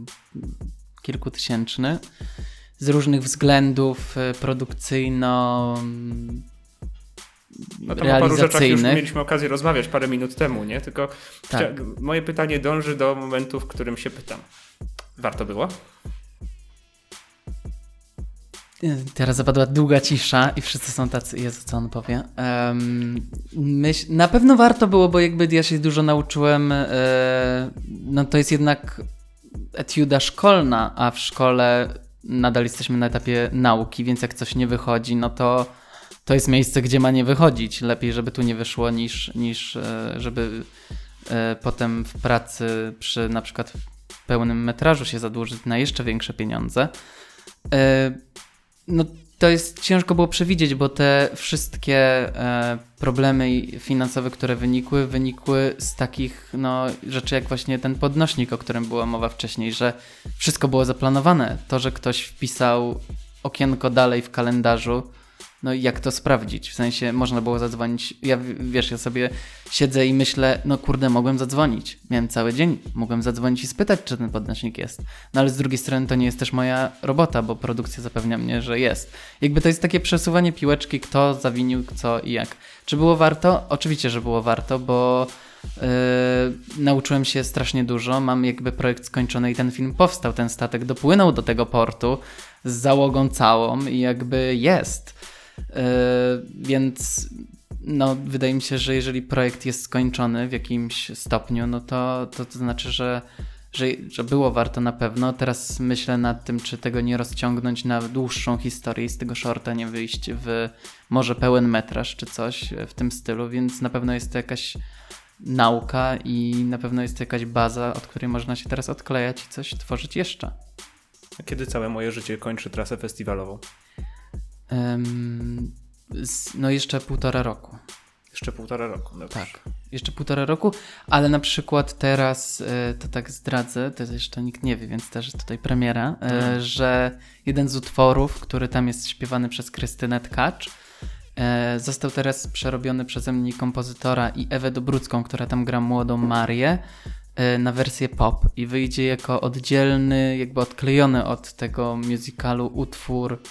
kilkutysięczny z różnych względów produkcyjno no tam o paru rzeczach już mieliśmy okazję rozmawiać parę minut temu, nie? Tylko tak. chcia- moje pytanie dąży do momentu, w którym się pytam. Warto było? Teraz zapadła długa cisza i wszyscy są tacy, Jezu, co on powie. Um, myśl, na pewno warto było, bo jakby ja się dużo nauczyłem, e, no to jest jednak etiuda szkolna, a w szkole nadal jesteśmy na etapie nauki, więc jak coś nie wychodzi, no to to jest miejsce, gdzie ma nie wychodzić. Lepiej, żeby tu nie wyszło, niż, niż e, żeby e, potem w pracy przy na przykład pełnym metrażu się zadłużyć na jeszcze większe pieniądze. E, No to jest ciężko było przewidzieć, bo te wszystkie e, problemy finansowe, które wynikły, wynikły z takich no, rzeczy jak właśnie ten podnośnik, o którym była mowa wcześniej, że wszystko było zaplanowane. To, że ktoś wpisał okienko dalej w kalendarzu, no i jak to sprawdzić? W sensie można było zadzwonić, ja wiesz, ja sobie siedzę i myślę, no kurde, mogłem zadzwonić. Miałem cały dzień, mogłem zadzwonić i spytać, czy ten podnośnik jest. No ale z drugiej strony to nie jest też moja robota, bo produkcja zapewnia mnie, że jest. Jakby to jest takie przesuwanie piłeczki, kto zawinił, co i jak. Czy było warto? Oczywiście, że było warto, bo yy, nauczyłem się strasznie dużo. Mam jakby projekt skończony i ten film powstał, ten statek dopłynął do tego portu z załogą całą i jakby jest. Yy, więc no, wydaje mi się, że jeżeli projekt jest skończony w jakimś stopniu, no to to, to znaczy, że, że, że było warto na pewno. Teraz myślę nad tym, czy tego nie rozciągnąć na dłuższą historię i z tego shorta nie wyjść w może pełen metraż czy coś w tym stylu, więc na pewno jest to jakaś nauka i na pewno jest to jakaś baza, od której można się teraz odklejać i coś tworzyć jeszcze. A kiedy całe moje życie kończy trasę festiwalową? Um, z, no jeszcze półtora roku. Jeszcze półtora roku. Dobrze. Tak, jeszcze półtora roku, ale na przykład teraz, to tak zdradzę, to jeszcze nikt nie wie, więc też jest tutaj premiera, hmm. że jeden z utworów, który tam jest śpiewany przez Krystynę Tkacz, został teraz przerobiony przeze mnie kompozytora i Ewę Dobrucką, która tam gra młodą Marię, na wersję pop i wyjdzie jako oddzielny, jakby odklejony od tego musicalu utwór,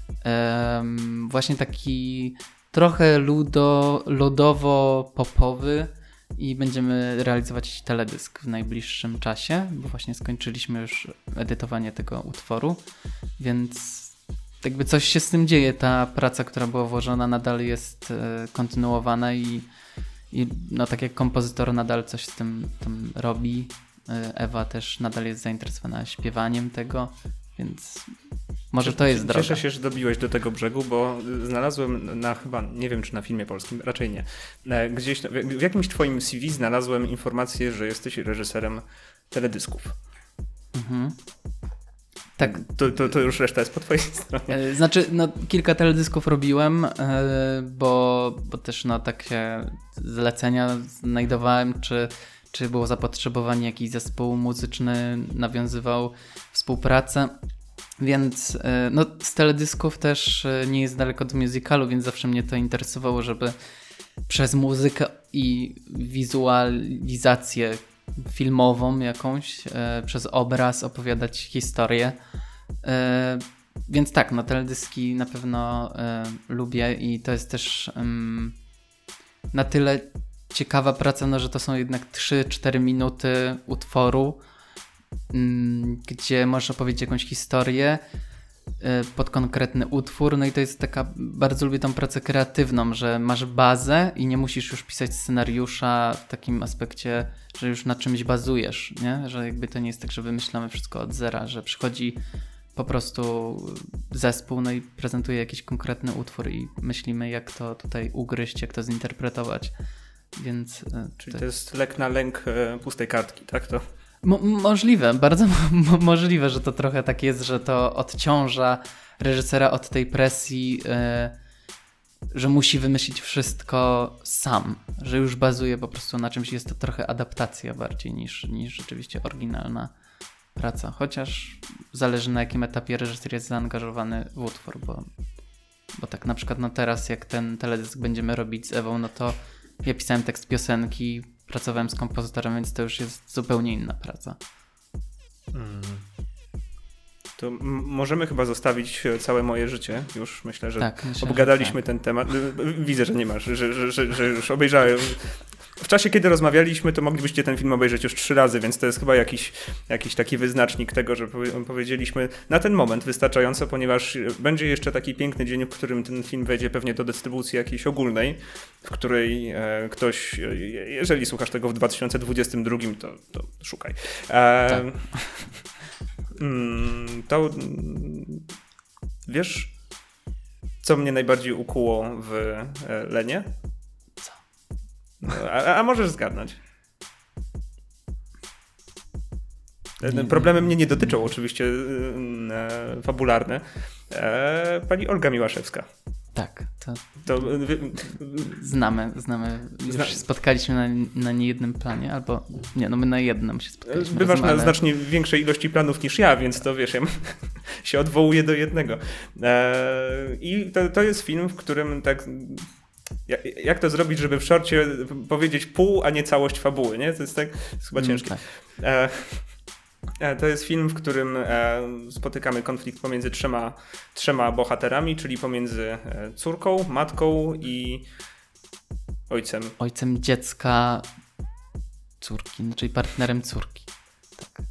um, właśnie taki trochę ludo, lodowo-popowy i będziemy realizować teledysk w najbliższym czasie, bo właśnie skończyliśmy już edytowanie tego utworu, więc jakby coś się z tym dzieje. Ta praca, która była włożona, nadal jest e, kontynuowana i, i no tak jak kompozytor nadal coś z tym, tym robi. E, Ewa też nadal jest zainteresowana śpiewaniem tego, więc może to jest droga. Cieszę się, że dobiłeś do tego brzegu, bo znalazłem na chyba, nie wiem czy na filmie polskim, raczej nie, gdzieś w jakimś twoim C V znalazłem informację, że jesteś reżyserem teledysków. Mhm. Tak. To, to, to już reszta jest po twojej stronie. Znaczy, no kilka teledysków robiłem, bo, bo też no takie zlecenia znajdowałem, czy, czy było zapotrzebowanie, jakiś zespół muzyczny nawiązywał współpracę. Więc no, z teledysków też nie jest daleko do musicalu, więc zawsze mnie to interesowało, żeby przez muzykę i wizualizację filmową jakąś, e, przez obraz opowiadać historię. E, więc tak, no teledyski na pewno e, lubię i to jest też um, na tyle ciekawa praca, no, że to są jednak trzy cztery minuty utworu, um, gdzie możesz opowiedzieć jakąś historię e, pod konkretny utwór, no i to jest taka, bardzo lubię tą pracę kreatywną, że masz bazę i nie musisz już pisać scenariusza w takim aspekcie, że już na czymś bazujesz, nie? Że jakby to nie jest tak, że wymyślamy wszystko od zera, że przychodzi po prostu zespół, no i prezentuje jakiś konkretny utwór i myślimy, jak to tutaj ugryźć, jak to zinterpretować, więc... Czyli to, to jest lek na lęk pustej kartki, tak? To... Mo- możliwe, bardzo mo- możliwe, że to trochę tak jest, że to odciąża reżysera od tej presji, yy, że musi wymyślić wszystko sam, że już bazuje po prostu na czymś, jest to trochę adaptacja bardziej niż, niż rzeczywiście oryginalna praca, chociaż zależy na jakim etapie reżyser jest zaangażowany w utwór, bo, bo tak na przykład no teraz jak ten teledysk będziemy robić z Ewą, no to ja pisałem tekst piosenki, pracowałem z kompozytorem, więc to już jest zupełnie inna praca. Hmm. To m- możemy chyba zostawić całe moje życie. Już myślę, że tak, myślę, obgadaliśmy że tak. ten temat. Widzę, że nie masz, że, że, że, że już obejrzałem. W czasie, kiedy rozmawialiśmy, to moglibyście ten film obejrzeć już trzy razy, więc to jest chyba jakiś, jakiś taki wyznacznik tego, że powiedzieliśmy na ten moment wystarczająco, ponieważ będzie jeszcze taki piękny dzień, w którym ten film wejdzie pewnie do dystrybucji jakiejś ogólnej, w której e, ktoś, jeżeli słuchasz tego w dwa tysiące dwudziestym drugim, to, to szukaj. E, tak. mm, to wiesz, co mnie najbardziej ukuło w e, Lenie? No, a, a możesz zgadnąć. Nie, Problemy nie. mnie nie dotyczą oczywiście e, fabularne. E, pani Olga Miłaszewska. Tak. To, to wy... znamy, znamy. Już Zna... spotkaliśmy na, na niejednym planie, albo nie, no my na jednym się spotkaliśmy. Bywasz razem, na ale... znacznie większej ilości planów niż ja, więc to wiesz, ja się odwołuję do jednego. E, I to, to jest film, w którym tak... Jak, jak to zrobić, żeby w szorcie powiedzieć pół, a nie całość fabuły, nie? To jest tak, to jest chyba ciężkie. Mm, tak. e, to jest film, w którym e, spotykamy konflikt pomiędzy trzema, trzema bohaterami, czyli pomiędzy córką, matką i ojcem. Ojcem dziecka córki, no, czyli partnerem córki. Tak.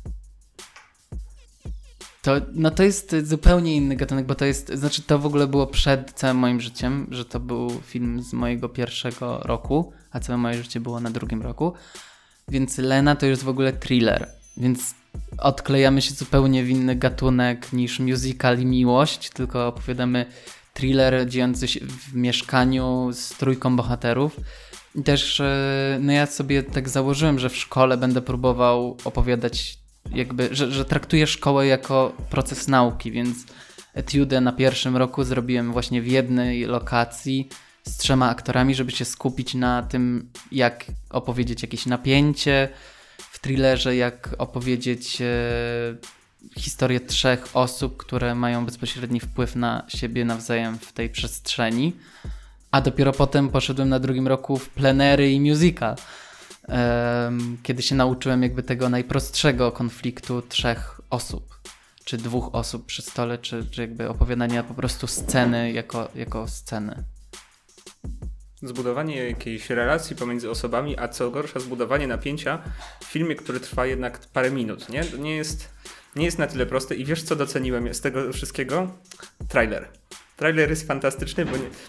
To, no to jest zupełnie inny gatunek, bo to jest, znaczy to w ogóle było przed całym moim życiem, że to był film z mojego pierwszego roku, a całe moje życie było na drugim roku, więc Lena to jest w ogóle thriller, więc odklejamy się zupełnie w inny gatunek niż musical i miłość, tylko opowiadamy thriller dziejący się w mieszkaniu z trójką bohaterów. I też no ja sobie tak założyłem, że w szkole będę próbował opowiadać jakby, że, że traktuję szkołę jako proces nauki, więc etiudę na pierwszym roku zrobiłem właśnie w jednej lokacji z trzema aktorami, żeby się skupić na tym, jak opowiedzieć jakieś napięcie w thrillerze, jak opowiedzieć e, historię trzech osób, które mają bezpośredni wpływ na siebie nawzajem w tej przestrzeni. A dopiero potem poszedłem na drugim roku w plenery i musical, e, kiedy się nauczyłem jakby tego najprostszego konfliktu trzech osób, czy dwóch osób przy stole, czy, czy jakby opowiadania po prostu sceny jako, jako sceny. Zbudowanie jakiejś relacji pomiędzy osobami, a co gorsza zbudowanie napięcia w filmie, który trwa jednak parę minut, nie? To nie jest, nie jest na tyle proste i wiesz co doceniłem z tego wszystkiego? Trailer. Trailer jest fantastyczny, bo nie...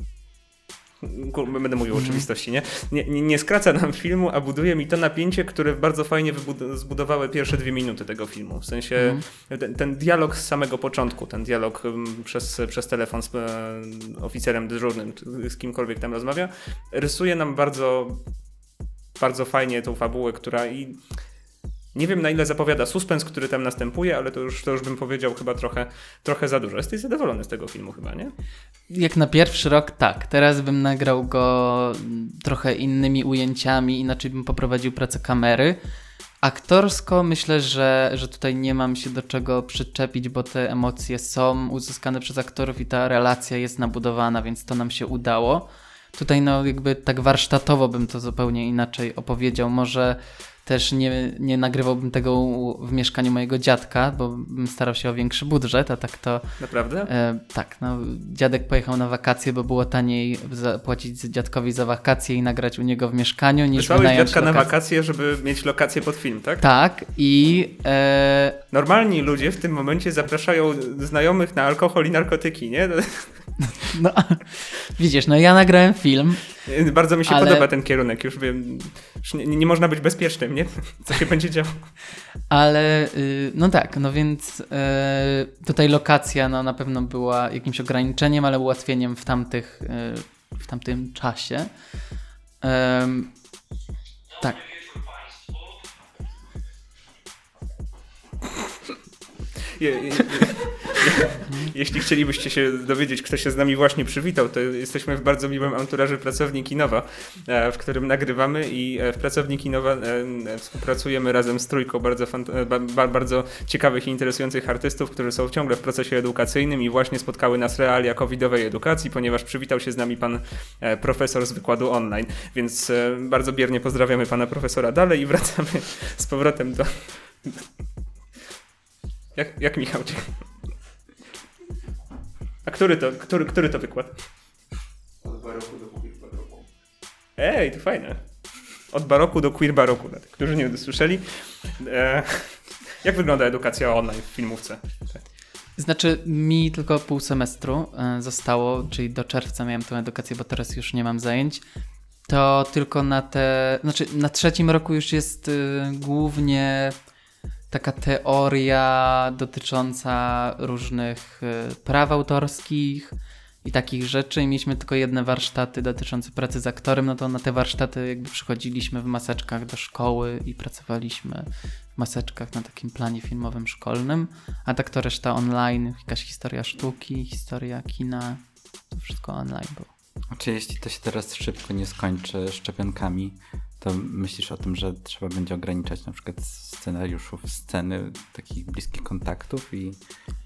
Będę mówił o oczywistości, nie? Nie, nie? nie skraca nam filmu, a buduje mi to napięcie, które bardzo fajnie wybud- zbudowały pierwsze dwie minuty tego filmu. W sensie mm. ten, ten dialog z samego początku, ten dialog um, przez, przez telefon z um, oficerem dyżurnym, czy z kimkolwiek tam rozmawia, rysuje nam bardzo, bardzo fajnie tą fabułę, która i nie wiem, na ile zapowiada suspens, który tam następuje, ale to już, to już bym powiedział chyba trochę, trochę za dużo. Jesteś zadowolony z tego filmu chyba, nie? Jak na pierwszy rok, tak. Teraz bym nagrał go trochę innymi ujęciami, inaczej bym poprowadził pracę kamery. Aktorsko myślę, że, że tutaj nie mam się do czego przyczepić, bo te emocje są uzyskane przez aktorów i ta relacja jest nabudowana, więc to nam się udało. Tutaj no jakby tak warsztatowo bym to zupełnie inaczej opowiedział. Może też nie, nie nagrywałbym tego w mieszkaniu mojego dziadka, bo bym starał się o większy budżet, a tak to... Naprawdę? E, tak, no dziadek pojechał na wakacje, bo było taniej płacić dziadkowi za wakacje i nagrać u niego w mieszkaniu niż Wysłałeś wynająć dziadka lokację. na wakacje, żeby mieć lokację pod film, tak? Tak i... E... Normalni ludzie w tym momencie zapraszają znajomych na alkohol i narkotyki, nie? No, widzisz, no ja nagrałem film. Bardzo mi się ale... podoba ten kierunek, już wiem, już nie, nie można być bezpiecznym, nie? Co się będzie działo. Ale no tak, no więc tutaj lokacja no na pewno była jakimś ograniczeniem, ale ułatwieniem w tamtych, w tamtym czasie. Tak. Je, je, je, jeśli chcielibyście się dowiedzieć, kto się z nami właśnie przywitał, to jesteśmy w bardzo miłym anturaży Pracowni Kinowa, w którym nagrywamy i w Pracowni Kinowa współpracujemy razem z trójką bardzo, fant- bardzo ciekawych i interesujących artystów, którzy są ciągle w procesie edukacyjnym i właśnie spotkały nas realia covidowej edukacji, ponieważ przywitał się z nami pan profesor z wykładu online, więc bardzo biernie pozdrawiamy pana profesora dalej i wracamy z powrotem do... Jak, jak Michał? A który to, który, który to wykład? Od baroku do queer baroku. Ej, to fajne. Od baroku do queer baroku, dla tych, którzy nie słyszeli. E, jak wygląda edukacja online w filmówce? Znaczy mi tylko pół semestru zostało, czyli do czerwca miałem tę edukację, bo teraz już nie mam zajęć. To tylko na te, znaczy na trzecim roku już jest y, głównie taka teoria dotycząca różnych y, praw autorskich i takich rzeczy. I mieliśmy tylko jedne warsztaty dotyczące pracy z aktorem, no to na te warsztaty jakby przychodziliśmy w maseczkach do szkoły i pracowaliśmy w maseczkach na takim planie filmowym szkolnym, a tak to reszta online, jakaś historia sztuki, historia kina, to wszystko online było. Czy jeśli to się teraz szybko nie skończy szczepionkami, to myślisz o tym, że trzeba będzie ograniczać na przykład scenariuszów, sceny takich bliskich kontaktów i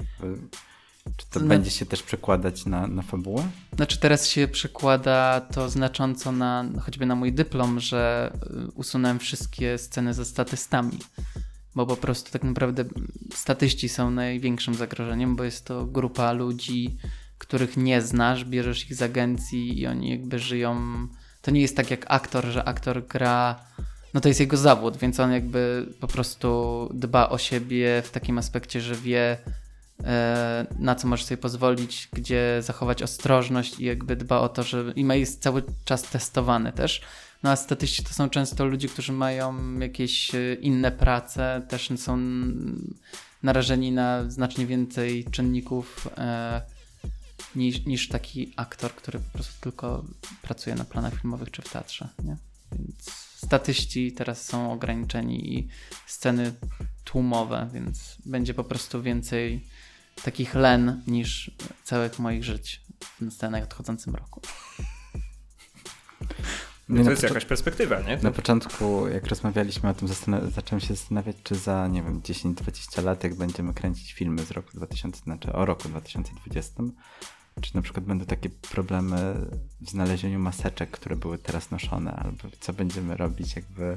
czy to no, będzie się też przekładać na, na fabułę? Znaczy teraz się przekłada to znacząco na choćby na mój dyplom, że usunąłem wszystkie sceny ze statystami, bo po prostu tak naprawdę statyści są największym zagrożeniem, bo jest to grupa ludzi, których nie znasz, bierzesz ich z agencji i oni jakby żyją... To nie jest tak jak aktor, że aktor gra... No to jest jego zawód, więc on jakby po prostu dba o siebie w takim aspekcie, że wie e, na co może sobie pozwolić, gdzie zachować ostrożność i jakby dba o to, że i ma jest cały czas testowany też. No a statyści to są często ludzie, którzy mają jakieś inne prace, też są narażeni na znacznie więcej czynników e, Niż, niż taki aktor, który po prostu tylko pracuje na planach filmowych czy w teatrze, nie? Więc statyści teraz są ograniczeni i sceny tłumowe, więc będzie po prostu więcej takich len niż całych moich żyć w nadchodzącym roku. No to jest jakaś perspektywa, nie? Na początku, jak rozmawialiśmy o tym, zastan- zacząłem się zastanawiać, czy za, nie wiem, dziesięć dwadzieścia lat, jak będziemy kręcić filmy z roku dwutysięcznego, znaczy o roku dwa tysiące dwudziestym, czy na przykład będą takie problemy w znalezieniu maseczek, które były teraz noszone, albo co będziemy robić, jakby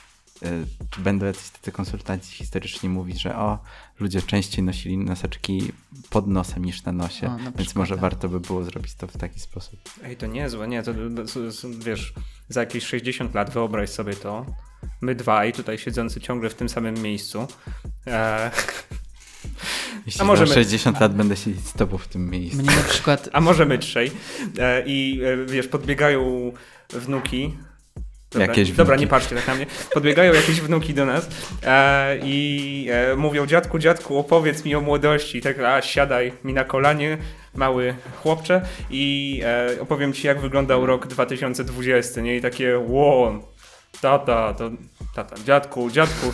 czy będą jacyś tacy konsultanci historyczni mówić, że o, ludzie częściej nosili maseczki pod nosem niż na nosie, o, na więc może tak. warto by było zrobić to w taki sposób. Ej, to niezłe, nie, to, to, to wiesz, za jakieś sześćdziesiąt lat wyobraź sobie to, my dwaj tutaj siedzący ciągle w tym samym miejscu. E... Jeśli a może za sześćdziesiąt my... lat będę siedzieć z tobą w tym miejscu. Mnie na przykład... A może my trzej. E, I e, wiesz, podbiegają wnuki. Dobra, jakieś dobra, nie patrzcie tak na mnie. Podbiegają jakieś wnuki do nas e, i e, mówią, dziadku, dziadku, opowiedz mi o młodości. Tak, a siadaj mi na kolanie, mały chłopcze, i e, opowiem ci, jak wyglądał rok dwa tysiące dwudziesty. Nie? I takie, wow, tata, to, tata, dziadku, dziadku.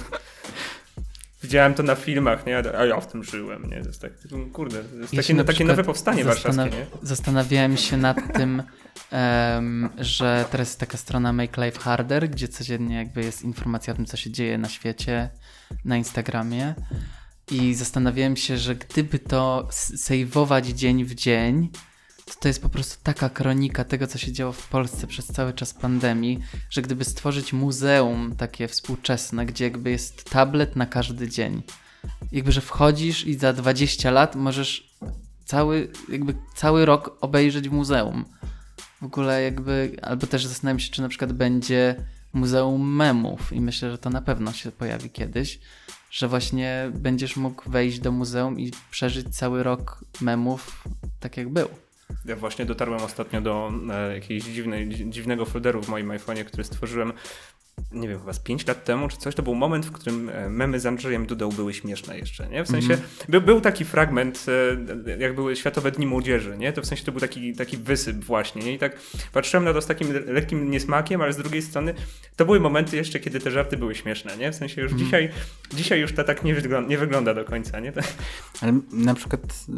Widziałem to na filmach, nie? A ja w tym żyłem, nie? To jest tak, kurde, to jest ja takie, takie nowe powstanie zastan- warszawskie, nie? Zastanawiałem się nad tym, um, że teraz jest taka strona Make Life Harder, gdzie codziennie jakby jest informacja o tym, co się dzieje na świecie, na Instagramie, i zastanawiałem się, że gdyby to sejwować dzień w dzień, to to jest po prostu taka kronika tego, co się działo w Polsce przez cały czas pandemii, że gdyby stworzyć muzeum takie współczesne, gdzie jakby jest tablet na każdy dzień, jakby, że wchodzisz i za dwadzieścia lat możesz cały, jakby cały rok obejrzeć w muzeum. W ogóle jakby, albo też zastanawiam się, czy na przykład będzie muzeum memów, i myślę, że to na pewno się pojawi kiedyś, że właśnie będziesz mógł wejść do muzeum i przeżyć cały rok memów tak jak był. Ja właśnie dotarłem ostatnio do e, jakiegoś dziwnej, dziwnego folderu w moim iPhone'ie, który stworzyłem, nie wiem, chyba z pięć lat temu czy coś. To był moment, w którym memy z Andrzejem Dudą były śmieszne jeszcze, nie? W sensie, mm. by, był taki fragment, e, jak były Światowe Dni Młodzieży, nie? To w sensie to był taki, taki wysyp właśnie, nie? I tak patrzyłem na to z takim lekkim niesmakiem, ale z drugiej strony to były momenty jeszcze, kiedy te żarty były śmieszne, nie? W sensie już mm. dzisiaj, dzisiaj już to tak nie wygląda, nie wygląda do końca, nie? Ale na przykład...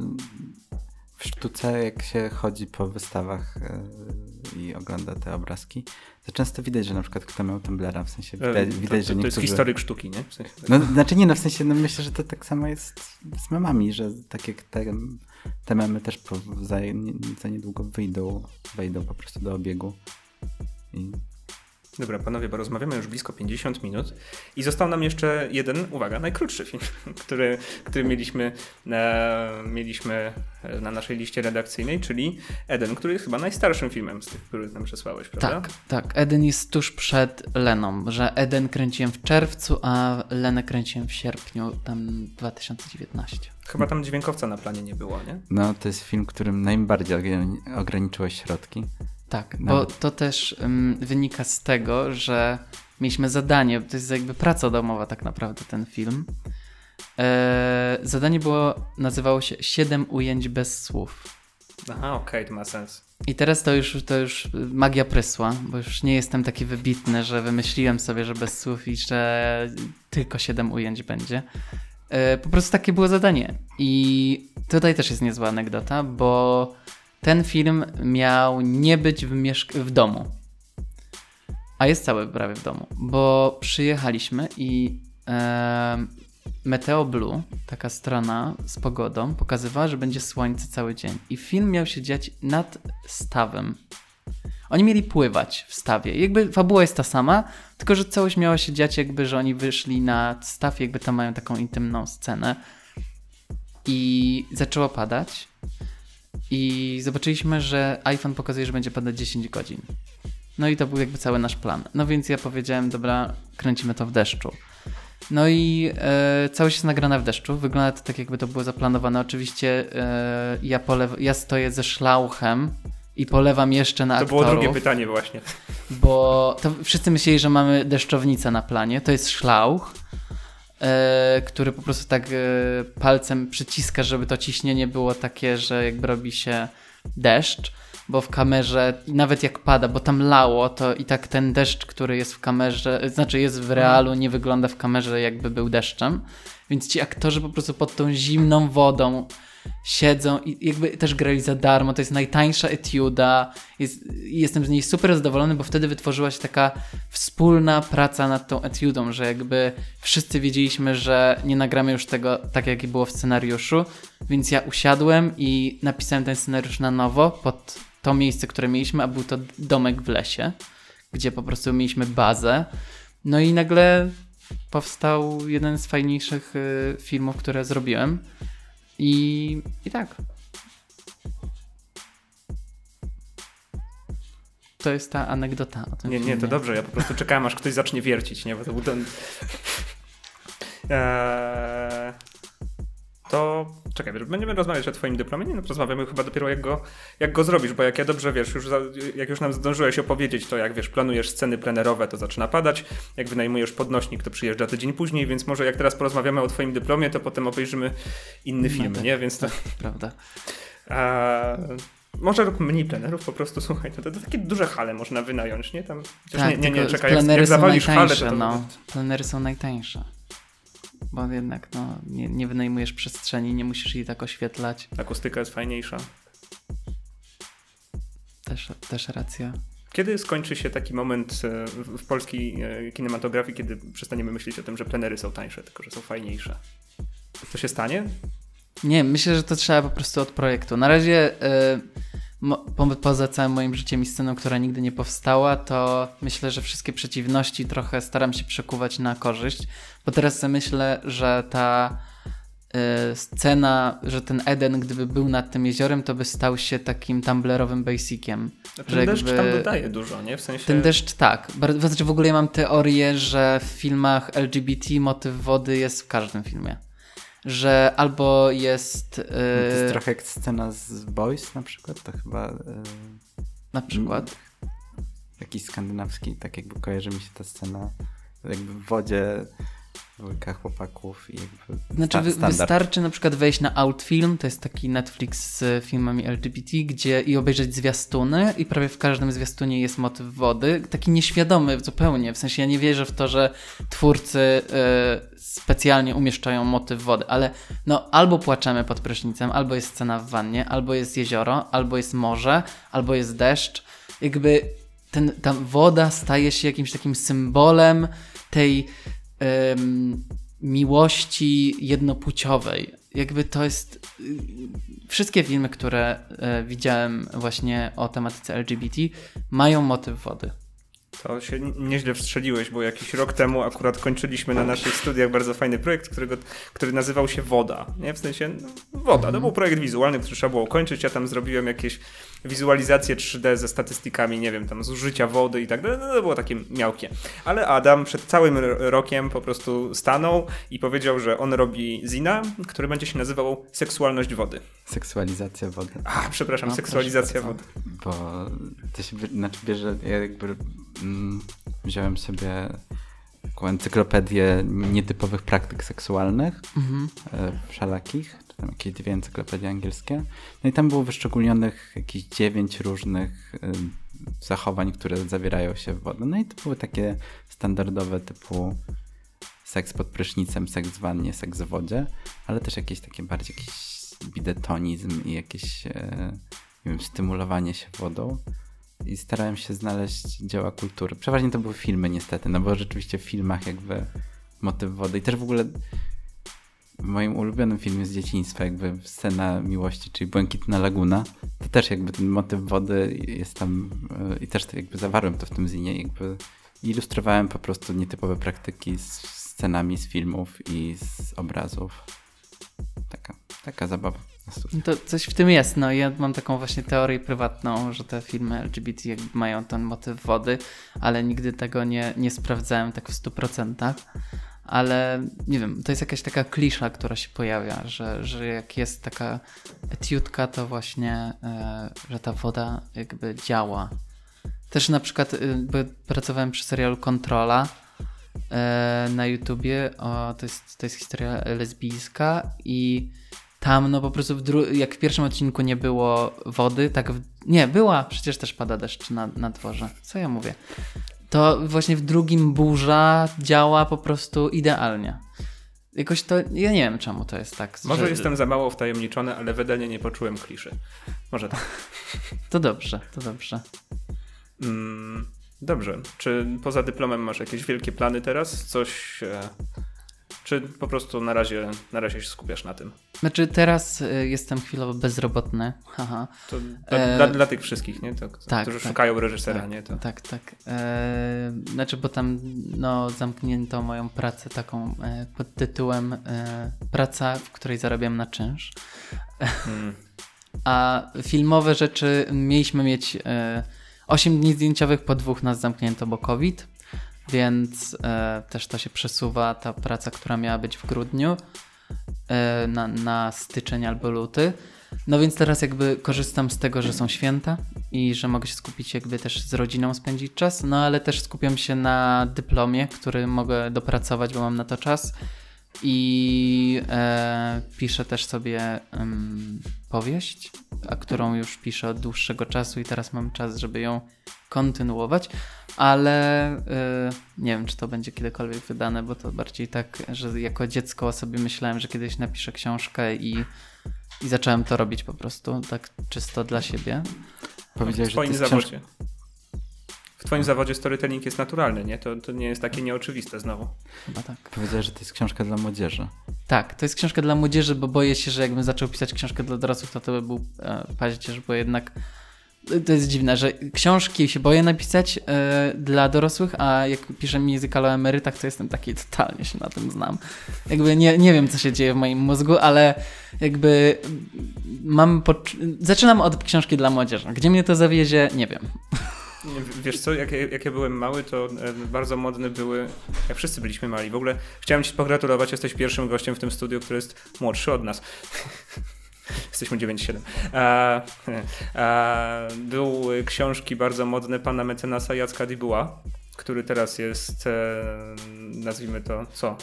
W sztuce, jak się chodzi po wystawach yy, i ogląda te obrazki, to często widać, że na przykład kto miał Tumblera, w sensie widać, to, widać to, że niektórzy... To jest historyk sztuki, nie? W sensie tak. No, znaczy nie, no w sensie, no myślę, że to tak samo jest z memami, że tak jak te, te memy też po, za, za niedługo wyjdą, wejdą po prostu do obiegu. I... Dobra, panowie, bo rozmawiamy już blisko pięćdziesiąt minut i został nam jeszcze jeden, uwaga, najkrótszy film, który, który mieliśmy, e, mieliśmy na naszej liście redakcyjnej, czyli Eden, który jest chyba najstarszym filmem z tych, który nam przesłałeś, prawda? Tak, tak. Eden jest tuż przed Leną, że Eden kręciłem w czerwcu, a Lenę kręciłem w sierpniu, tam dwa tysiące dziewiętnastym. Chyba tam dźwiękowca na planie nie było, nie? No, to jest film, którym najbardziej ograniczyłeś środki. Tak, Nawet. bo to też um, wynika z tego, że mieliśmy zadanie, to jest jakby praca domowa tak naprawdę ten film. E, zadanie było, nazywało się siedem ujęć bez słów. Aha, okej, okay, to ma sens. I teraz to już, to już magia prysła, bo już nie jestem taki wybitny, że wymyśliłem sobie, że bez słów i że tylko siedem ujęć będzie. E, po prostu takie było zadanie. I tutaj też jest niezła anegdota, bo ten film miał nie być w, mieszk- w domu, a jest cały prawie w domu, bo przyjechaliśmy i e, Meteo Blue, taka strona z pogodą, pokazywała, że będzie słońce cały dzień i film miał się dziać nad stawem. Oni mieli pływać w stawie. I jakby fabuła jest ta sama, tylko że całość miała się dziać jakby, że oni wyszli na staw, jakby tam mają taką intymną scenę. I zaczęło padać. I zobaczyliśmy, że iPhone pokazuje, że będzie padać dziesięć godzin. No i to był jakby cały nasz plan. No więc ja powiedziałem, dobra, kręcimy to w deszczu. No i e, całość jest nagrana w deszczu. Wygląda to tak, jakby to było zaplanowane. Oczywiście e, ja, polew- ja stoję ze szlauchem i polewam jeszcze na to aktorów. To było drugie pytanie właśnie. Bo to wszyscy myśleli, że mamy deszczownicę na planie. To jest szlauch, e, który po prostu tak e, palcem przyciska, żeby to ciśnienie było takie, że jakby robi się deszcz. Bo w kamerze, nawet jak pada, bo tam lało, to i tak ten deszcz, który jest w kamerze, znaczy jest w realu, nie wygląda w kamerze, jakby był deszczem. Więc ci aktorzy po prostu pod tą zimną wodą siedzą i jakby też grali za darmo, to jest najtańsza etiuda, jest, jestem z niej super zadowolony, bo wtedy wytworzyła się taka wspólna praca nad tą etiudą, że jakby wszyscy wiedzieliśmy, że nie nagramy już tego tak, jak było w scenariuszu, więc ja usiadłem i napisałem ten scenariusz na nowo pod to miejsce, które mieliśmy, a był to domek w lesie, gdzie po prostu mieliśmy bazę. No i nagle powstał jeden z fajniejszych y, filmów, które zrobiłem. I, i tak. To jest ta anegdota o tym Nie, filmie. nie, to dobrze, ja po prostu czekałem, aż ktoś zacznie wiercić, nie? Bo to był ten... Eee... To czekaj, będziemy rozmawiać o twoim dyplomie, nie, no rozmawiamy chyba dopiero jak go, jak go zrobisz, bo jak ja dobrze wiesz, już za, jak już nam zdążyłeś opowiedzieć, to jak wiesz, planujesz sceny plenerowe, to zaczyna padać, jak wynajmujesz podnośnik, to przyjeżdża tydzień później, więc może jak teraz porozmawiamy o twoim dyplomie, to potem obejrzymy inny film, no tak, nie? Więc to... Tak, prawda. A... Może rób mniej plenerów, po prostu słuchaj, to, to, to takie duże hale można wynająć, nie? Tam, tak, nie, nie, nie, czekaj, jak, jak zawalisz halę, to, to... No. Plenery są najtańsze. Bo jednak no, nie, nie wynajmujesz przestrzeni, nie musisz jej tak oświetlać. Akustyka jest fajniejsza. Też, też racja. Kiedy skończy się taki moment w, w polskiej kinematografii, kiedy przestaniemy myśleć o tym, że plenery są tańsze, tylko że są fajniejsze? To się stanie? Nie, myślę, że to trzeba po prostu od projektu. Na razie yy, po, poza całym moim życiem i sceną, która nigdy nie powstała, to myślę, że wszystkie przeciwności trochę staram się przekuwać na korzyść, bo teraz sobie myślę, że ta y, scena, że ten Eden, gdyby był nad tym jeziorem, to by stał się takim tumblerowym basiciem. A ten że deszcz jakby, tam dodaje dużo, nie? W sensie... Ten deszcz tak. Bardzo, znaczy w ogóle ja mam teorię, że w filmach L G B T motyw wody jest w każdym filmie. Że albo jest... Yy... To jest trochę jak scena z Boys na przykład, to chyba... Yy... Na przykład? Jakiś skandynawski, tak jakby kojarzy mi się ta scena jakby w wodzie, dwójka chłopaków i jakby Znaczy wy, standard. Wystarczy na przykład wejść na Outfilm, to jest taki Netflix z filmami L G B T, gdzie i obejrzeć zwiastuny i prawie w każdym zwiastunie jest motyw wody. Taki nieświadomy zupełnie, w sensie ja nie wierzę w to, że twórcy y, specjalnie umieszczają motyw wody, ale no albo płaczemy pod prysznicem, albo jest scena w wannie, albo jest jezioro, albo jest morze, albo jest deszcz. Jakby ten, ta woda staje się jakimś takim symbolem tej ym, miłości jednopłciowej. Jakby to jest... Yy, wszystkie filmy, które yy, widziałem właśnie o tematyce L G B T mają motyw wody. To się nieźle wstrzeliłeś, bo jakiś rok temu akurat kończyliśmy na naszych studiach bardzo fajny projekt, którego, który nazywał się Woda. Nie? W sensie no, woda. To był projekt wizualny, który trzeba było ukończyć. Ja tam zrobiłem jakieś wizualizacje trzy D ze statystykami, nie wiem, tam zużycia wody i tak dalej. No, to było takie miałkie. Ale Adam przed całym rokiem po prostu stanął i powiedział, że on robi zina, który będzie się nazywał Seksualność wody. Seksualizacja wody. A, przepraszam, no, seksualizacja wody. Bo to się znaczy bierze, ja jakby mm, wziąłem sobie taką encyklopedię nietypowych praktyk seksualnych, mhm. e, wszelakich, czy tam jakieś dwie encyklopedie angielskie. No i tam było wyszczególnionych jakieś dziewięć różnych e, zachowań, które zawierają się w wodę. No i to były takie standardowe typu seks pod prysznicem, seks w wannie, seks w wodzie, ale też jakieś takie bardziej jakiś bidetonizm i jakieś e, nie wiem, stymulowanie się wodą. I starałem się znaleźć dzieła kultury. Przeważnie to były filmy niestety, no bo rzeczywiście w filmach jakby motyw wody. I też w ogóle w moim ulubionym filmie z dzieciństwa jakby scena miłości, czyli Błękitna Laguna, to też jakby ten motyw wody jest tam i też jakby zawarłem to w tym zinie. Jakby ilustrowałem po prostu nietypowe praktyki z scenami z filmów i z obrazów. Taka, taka zabawa. To coś w tym jest, no ja mam taką właśnie teorię prywatną, że te filmy L G B T jakby mają ten motyw wody, ale nigdy tego nie, nie sprawdzałem tak w stu procentach, ale nie wiem, to jest jakaś taka klisza, która się pojawia, że, że jak jest taka etiudka, to właśnie, e, że ta woda jakby działa. Też na przykład e, pracowałem przy serialu Kontrola e, na YouTubie, o, to jest, to jest historia lesbijska i tam no po prostu w dru- jak w pierwszym odcinku nie było wody, tak w- nie, była, przecież też pada deszcz na, na dworze. Co ja mówię? To właśnie w drugim burza działa po prostu idealnie. jakoś to, ja nie wiem czemu to jest tak. Może że... jestem za mało wtajemniczony, ale w Edenie nie poczułem kliszy. Może tak. To dobrze, to dobrze. Mm, dobrze. Czy poza dyplomem masz jakieś wielkie plany teraz? Coś... E... Czy po prostu na razie, na razie się skupiasz na tym? Znaczy teraz y, jestem chwilowo bezrobotny. Haha. To dla, e... dla, dla tych wszystkich, nie? To, tak, którzy tak, szukają reżysera, tak, nie? To... Tak, tak. E... Znaczy, bo tam no, zamknięto moją pracę taką e, pod tytułem e, praca, w której zarabiam na czynsz. Hmm. A filmowe rzeczy mieliśmy mieć e, osiem dni zdjęciowych, po dwóch nas zamknięto, bo COVID. Więc e, też to się przesuwa, ta praca, która miała być w grudniu e, na, na styczeń albo luty. No więc teraz jakby korzystam z tego, że są święta i że mogę się skupić jakby też z rodziną spędzić czas, no ale też skupiam się na dyplomie, który mogę dopracować, bo mam na to czas i e, piszę też sobie um, powieść, a którą już piszę od dłuższego czasu i teraz mam czas, żeby ją kontynuować, ale yy, nie wiem, czy to będzie kiedykolwiek wydane, bo to bardziej tak, że jako dziecko sobie myślałem, że kiedyś napiszę książkę i, i zacząłem to robić po prostu, tak czysto dla siebie. Powiedziałeś, w twoim że zawodzie. Książka... W twoim zawodzie storytelling jest naturalny, nie? To, to nie jest takie nieoczywiste znowu. Chyba tak. Powiedziałeś, że to jest książka dla młodzieży. Tak, to jest książka dla młodzieży, bo boję się, że jakbym zaczął pisać książkę dla dorosłych, to to by był e, paździerz, bo jednak to jest dziwne, że książki się boję napisać e, dla dorosłych, a jak piszę musical o emerytach, to jestem taki, totalnie się na tym znam. Jakby nie, nie wiem, co się dzieje w moim mózgu, ale jakby mam... Pocz- Zaczynam od książki dla młodzieży. Gdzie mnie to zawiezie, nie wiem. Wiesz co, jak, jak ja byłem mały, to bardzo modne były, jak wszyscy byliśmy mali. W ogóle chciałem ci pogratulować, jesteś pierwszym gościem w tym studiu, który jest młodszy od nas. Jesteśmy dziewięćdziesiąt siedem. A, a, były książki bardzo modne pana mecenasa Jacka Dibuła, który teraz jest, e, nazwijmy to, co?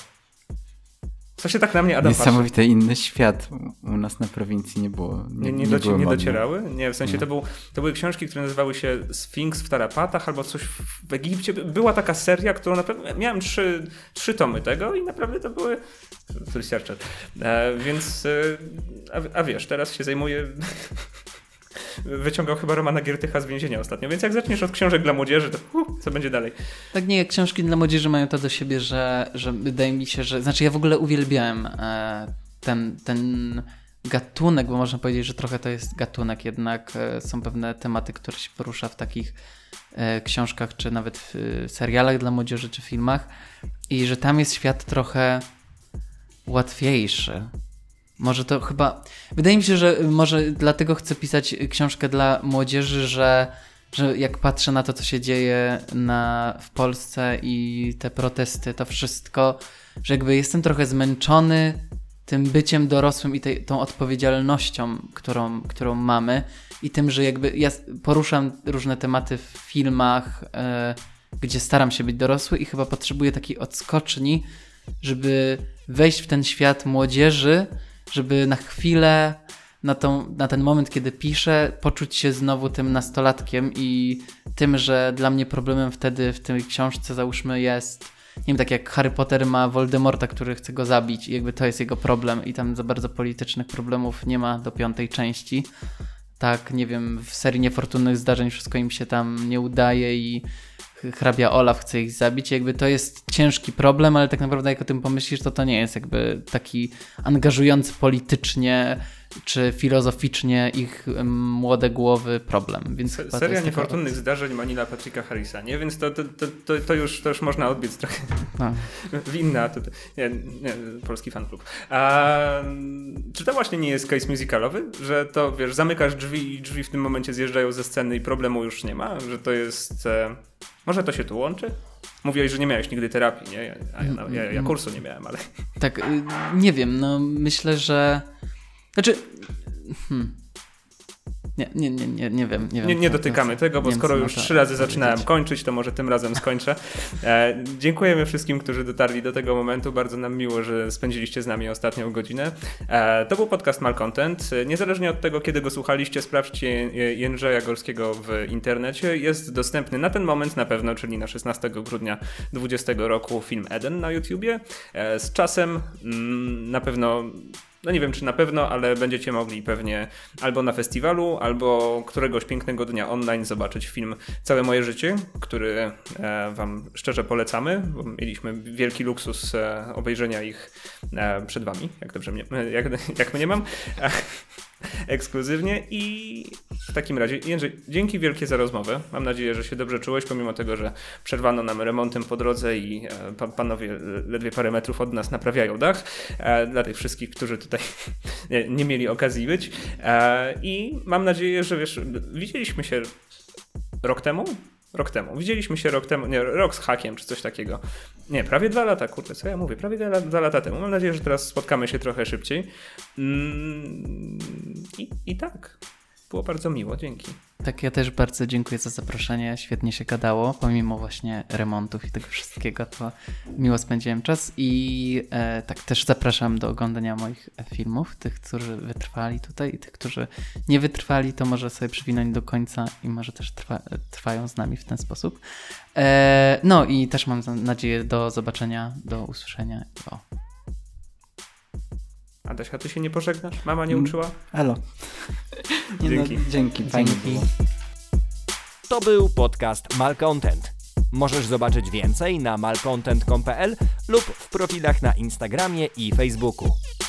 Co się tak na mnie, Adam, Niesamowity patrzy? inny świat. U nas na prowincji nie było. Nie, nie, nie, nie, doci- było nie modne. docierały? Nie, w sensie nie. To, był, to były książki, które nazywały się Sfinks w Tarapatach albo coś w Egipcie. Była taka seria, którą naprawdę... Miałem trzy, trzy tomy tego i naprawdę to były... E, więc... E, a, a wiesz, teraz się zajmuję... Wyciągał chyba Romana Giertycha z więzienia ostatnio, więc jak zaczniesz od książek dla młodzieży, to uh, co będzie dalej? Tak, nie, książki dla młodzieży mają to do siebie, że, że wydaje mi się, że... Znaczy ja w ogóle uwielbiałem e, ten, ten gatunek, bo można powiedzieć, że trochę to jest gatunek, jednak e, są pewne tematy, które się porusza w takich e, książkach, czy nawet w e, serialach dla młodzieży, czy filmach i że tam jest świat trochę łatwiejszy. Może to chyba... Wydaje mi się, że może dlatego chcę pisać książkę dla młodzieży, że, że jak patrzę na to, co się dzieje na, w Polsce i te protesty, to wszystko, że jakby jestem trochę zmęczony tym byciem dorosłym i tej, tą odpowiedzialnością, którą, którą mamy i tym, że jakby ja poruszam różne tematy w filmach, yy, gdzie staram się być dorosły i chyba potrzebuję takiej odskoczni, żeby wejść w ten świat młodzieży, żeby na chwilę, na, tą, na ten moment, kiedy piszę, poczuć się znowu tym nastolatkiem i tym, że dla mnie problemem wtedy w tej książce, załóżmy, jest, nie wiem, tak jak Harry Potter ma Voldemorta, który chce go zabić i jakby to jest jego problem i tam za bardzo politycznych problemów nie ma do piątej części. Tak, nie wiem, w serii Niefortunnych Zdarzeń wszystko im się tam nie udaje i hrabia Olaf chce ich zabić. Jakby to jest ciężki problem, ale tak naprawdę jak o tym pomyślisz, to to nie jest jakby taki angażujący politycznie czy filozoficznie ich młode głowy problem. Więc Se, seria Niefortunnych Zdarzeń ma Neila Patricka Harrisa, nie? Więc to, to, to, to, to, już, to już można odbiec trochę no. w inna. To, nie, nie, polski fanklub. A czy to właśnie nie jest case musicalowy? Że to, wiesz, zamykasz drzwi i drzwi w tym momencie zjeżdżają ze sceny i problemu już nie ma? Że to jest... E, może to się tu łączy? Mówiłeś, że nie miałeś nigdy terapii, nie? Ja, ja, ja, ja kursu nie miałem, ale... Tak, nie wiem, no myślę, że... Znaczy... Hmm. Nie, nie, nie, nie, nie wiem. Nie, wiem, nie, nie co, dotykamy co, tego, bo wiem, skoro co już na to trzy razy zaczynałem powiedzieć. kończyć, to może tym razem skończę. E, dziękujemy wszystkim, którzy dotarli do tego momentu. Bardzo nam miło, że spędziliście z nami ostatnią godzinę. E, to był podcast Malcontent. Niezależnie od tego, kiedy go słuchaliście, sprawdźcie Jędrzeja Gorskiego w internecie. Jest dostępny na ten moment na pewno, czyli na szesnastego grudnia dwudziestego roku film Eden na YouTubie. E, z czasem mm, na pewno... No nie wiem, czy na pewno, ale będziecie mogli pewnie albo na festiwalu, albo któregoś pięknego dnia online zobaczyć film Całe moje życie, który e, wam szczerze polecamy, bo mieliśmy wielki luksus e, obejrzenia ich e, przed wami, jak dobrze mnie, jak, jak mnie mam, e, ekskluzywnie. I w takim razie, Jędrzej, dzięki wielkie za rozmowę. Mam nadzieję, że się dobrze czułeś, pomimo tego, że przerwano nam remontem po drodze i e, pan, panowie ledwie parę metrów od nas naprawiają dach. E, dla tych wszystkich, którzy tutaj nie, nie mieli okazji być. E, I mam nadzieję, że wiesz, widzieliśmy się rok temu? Rok temu. Widzieliśmy się rok temu, nie, rok z hakiem, czy coś takiego. Nie, prawie dwa lata, kurde, co ja mówię? Prawie dwa, dwa lata temu. Mam nadzieję, że teraz spotkamy się trochę szybciej. Mm, i, I tak. Było bardzo miło, dzięki. Tak, ja też bardzo dziękuję za zaproszenie. Świetnie się gadało, pomimo właśnie remontów i tego wszystkiego, to miło spędziłem czas i e, tak też zapraszam do oglądania moich filmów, tych, którzy wytrwali tutaj i tych, którzy nie wytrwali, to może sobie przywinąć do końca i może też trwa, trwają z nami w ten sposób. E, no i też mam nadzieję do zobaczenia, do usłyszenia. O. Adaś, a ty się nie pożegnasz? Mama nie uczyła? Elo. Nie, Dzięki. No, dzięki, fajnie Dzięki. było. To był podcast Malcontent. Możesz zobaczyć więcej na malcontent kropka com kropka pe el lub w profilach na Instagramie i Facebooku.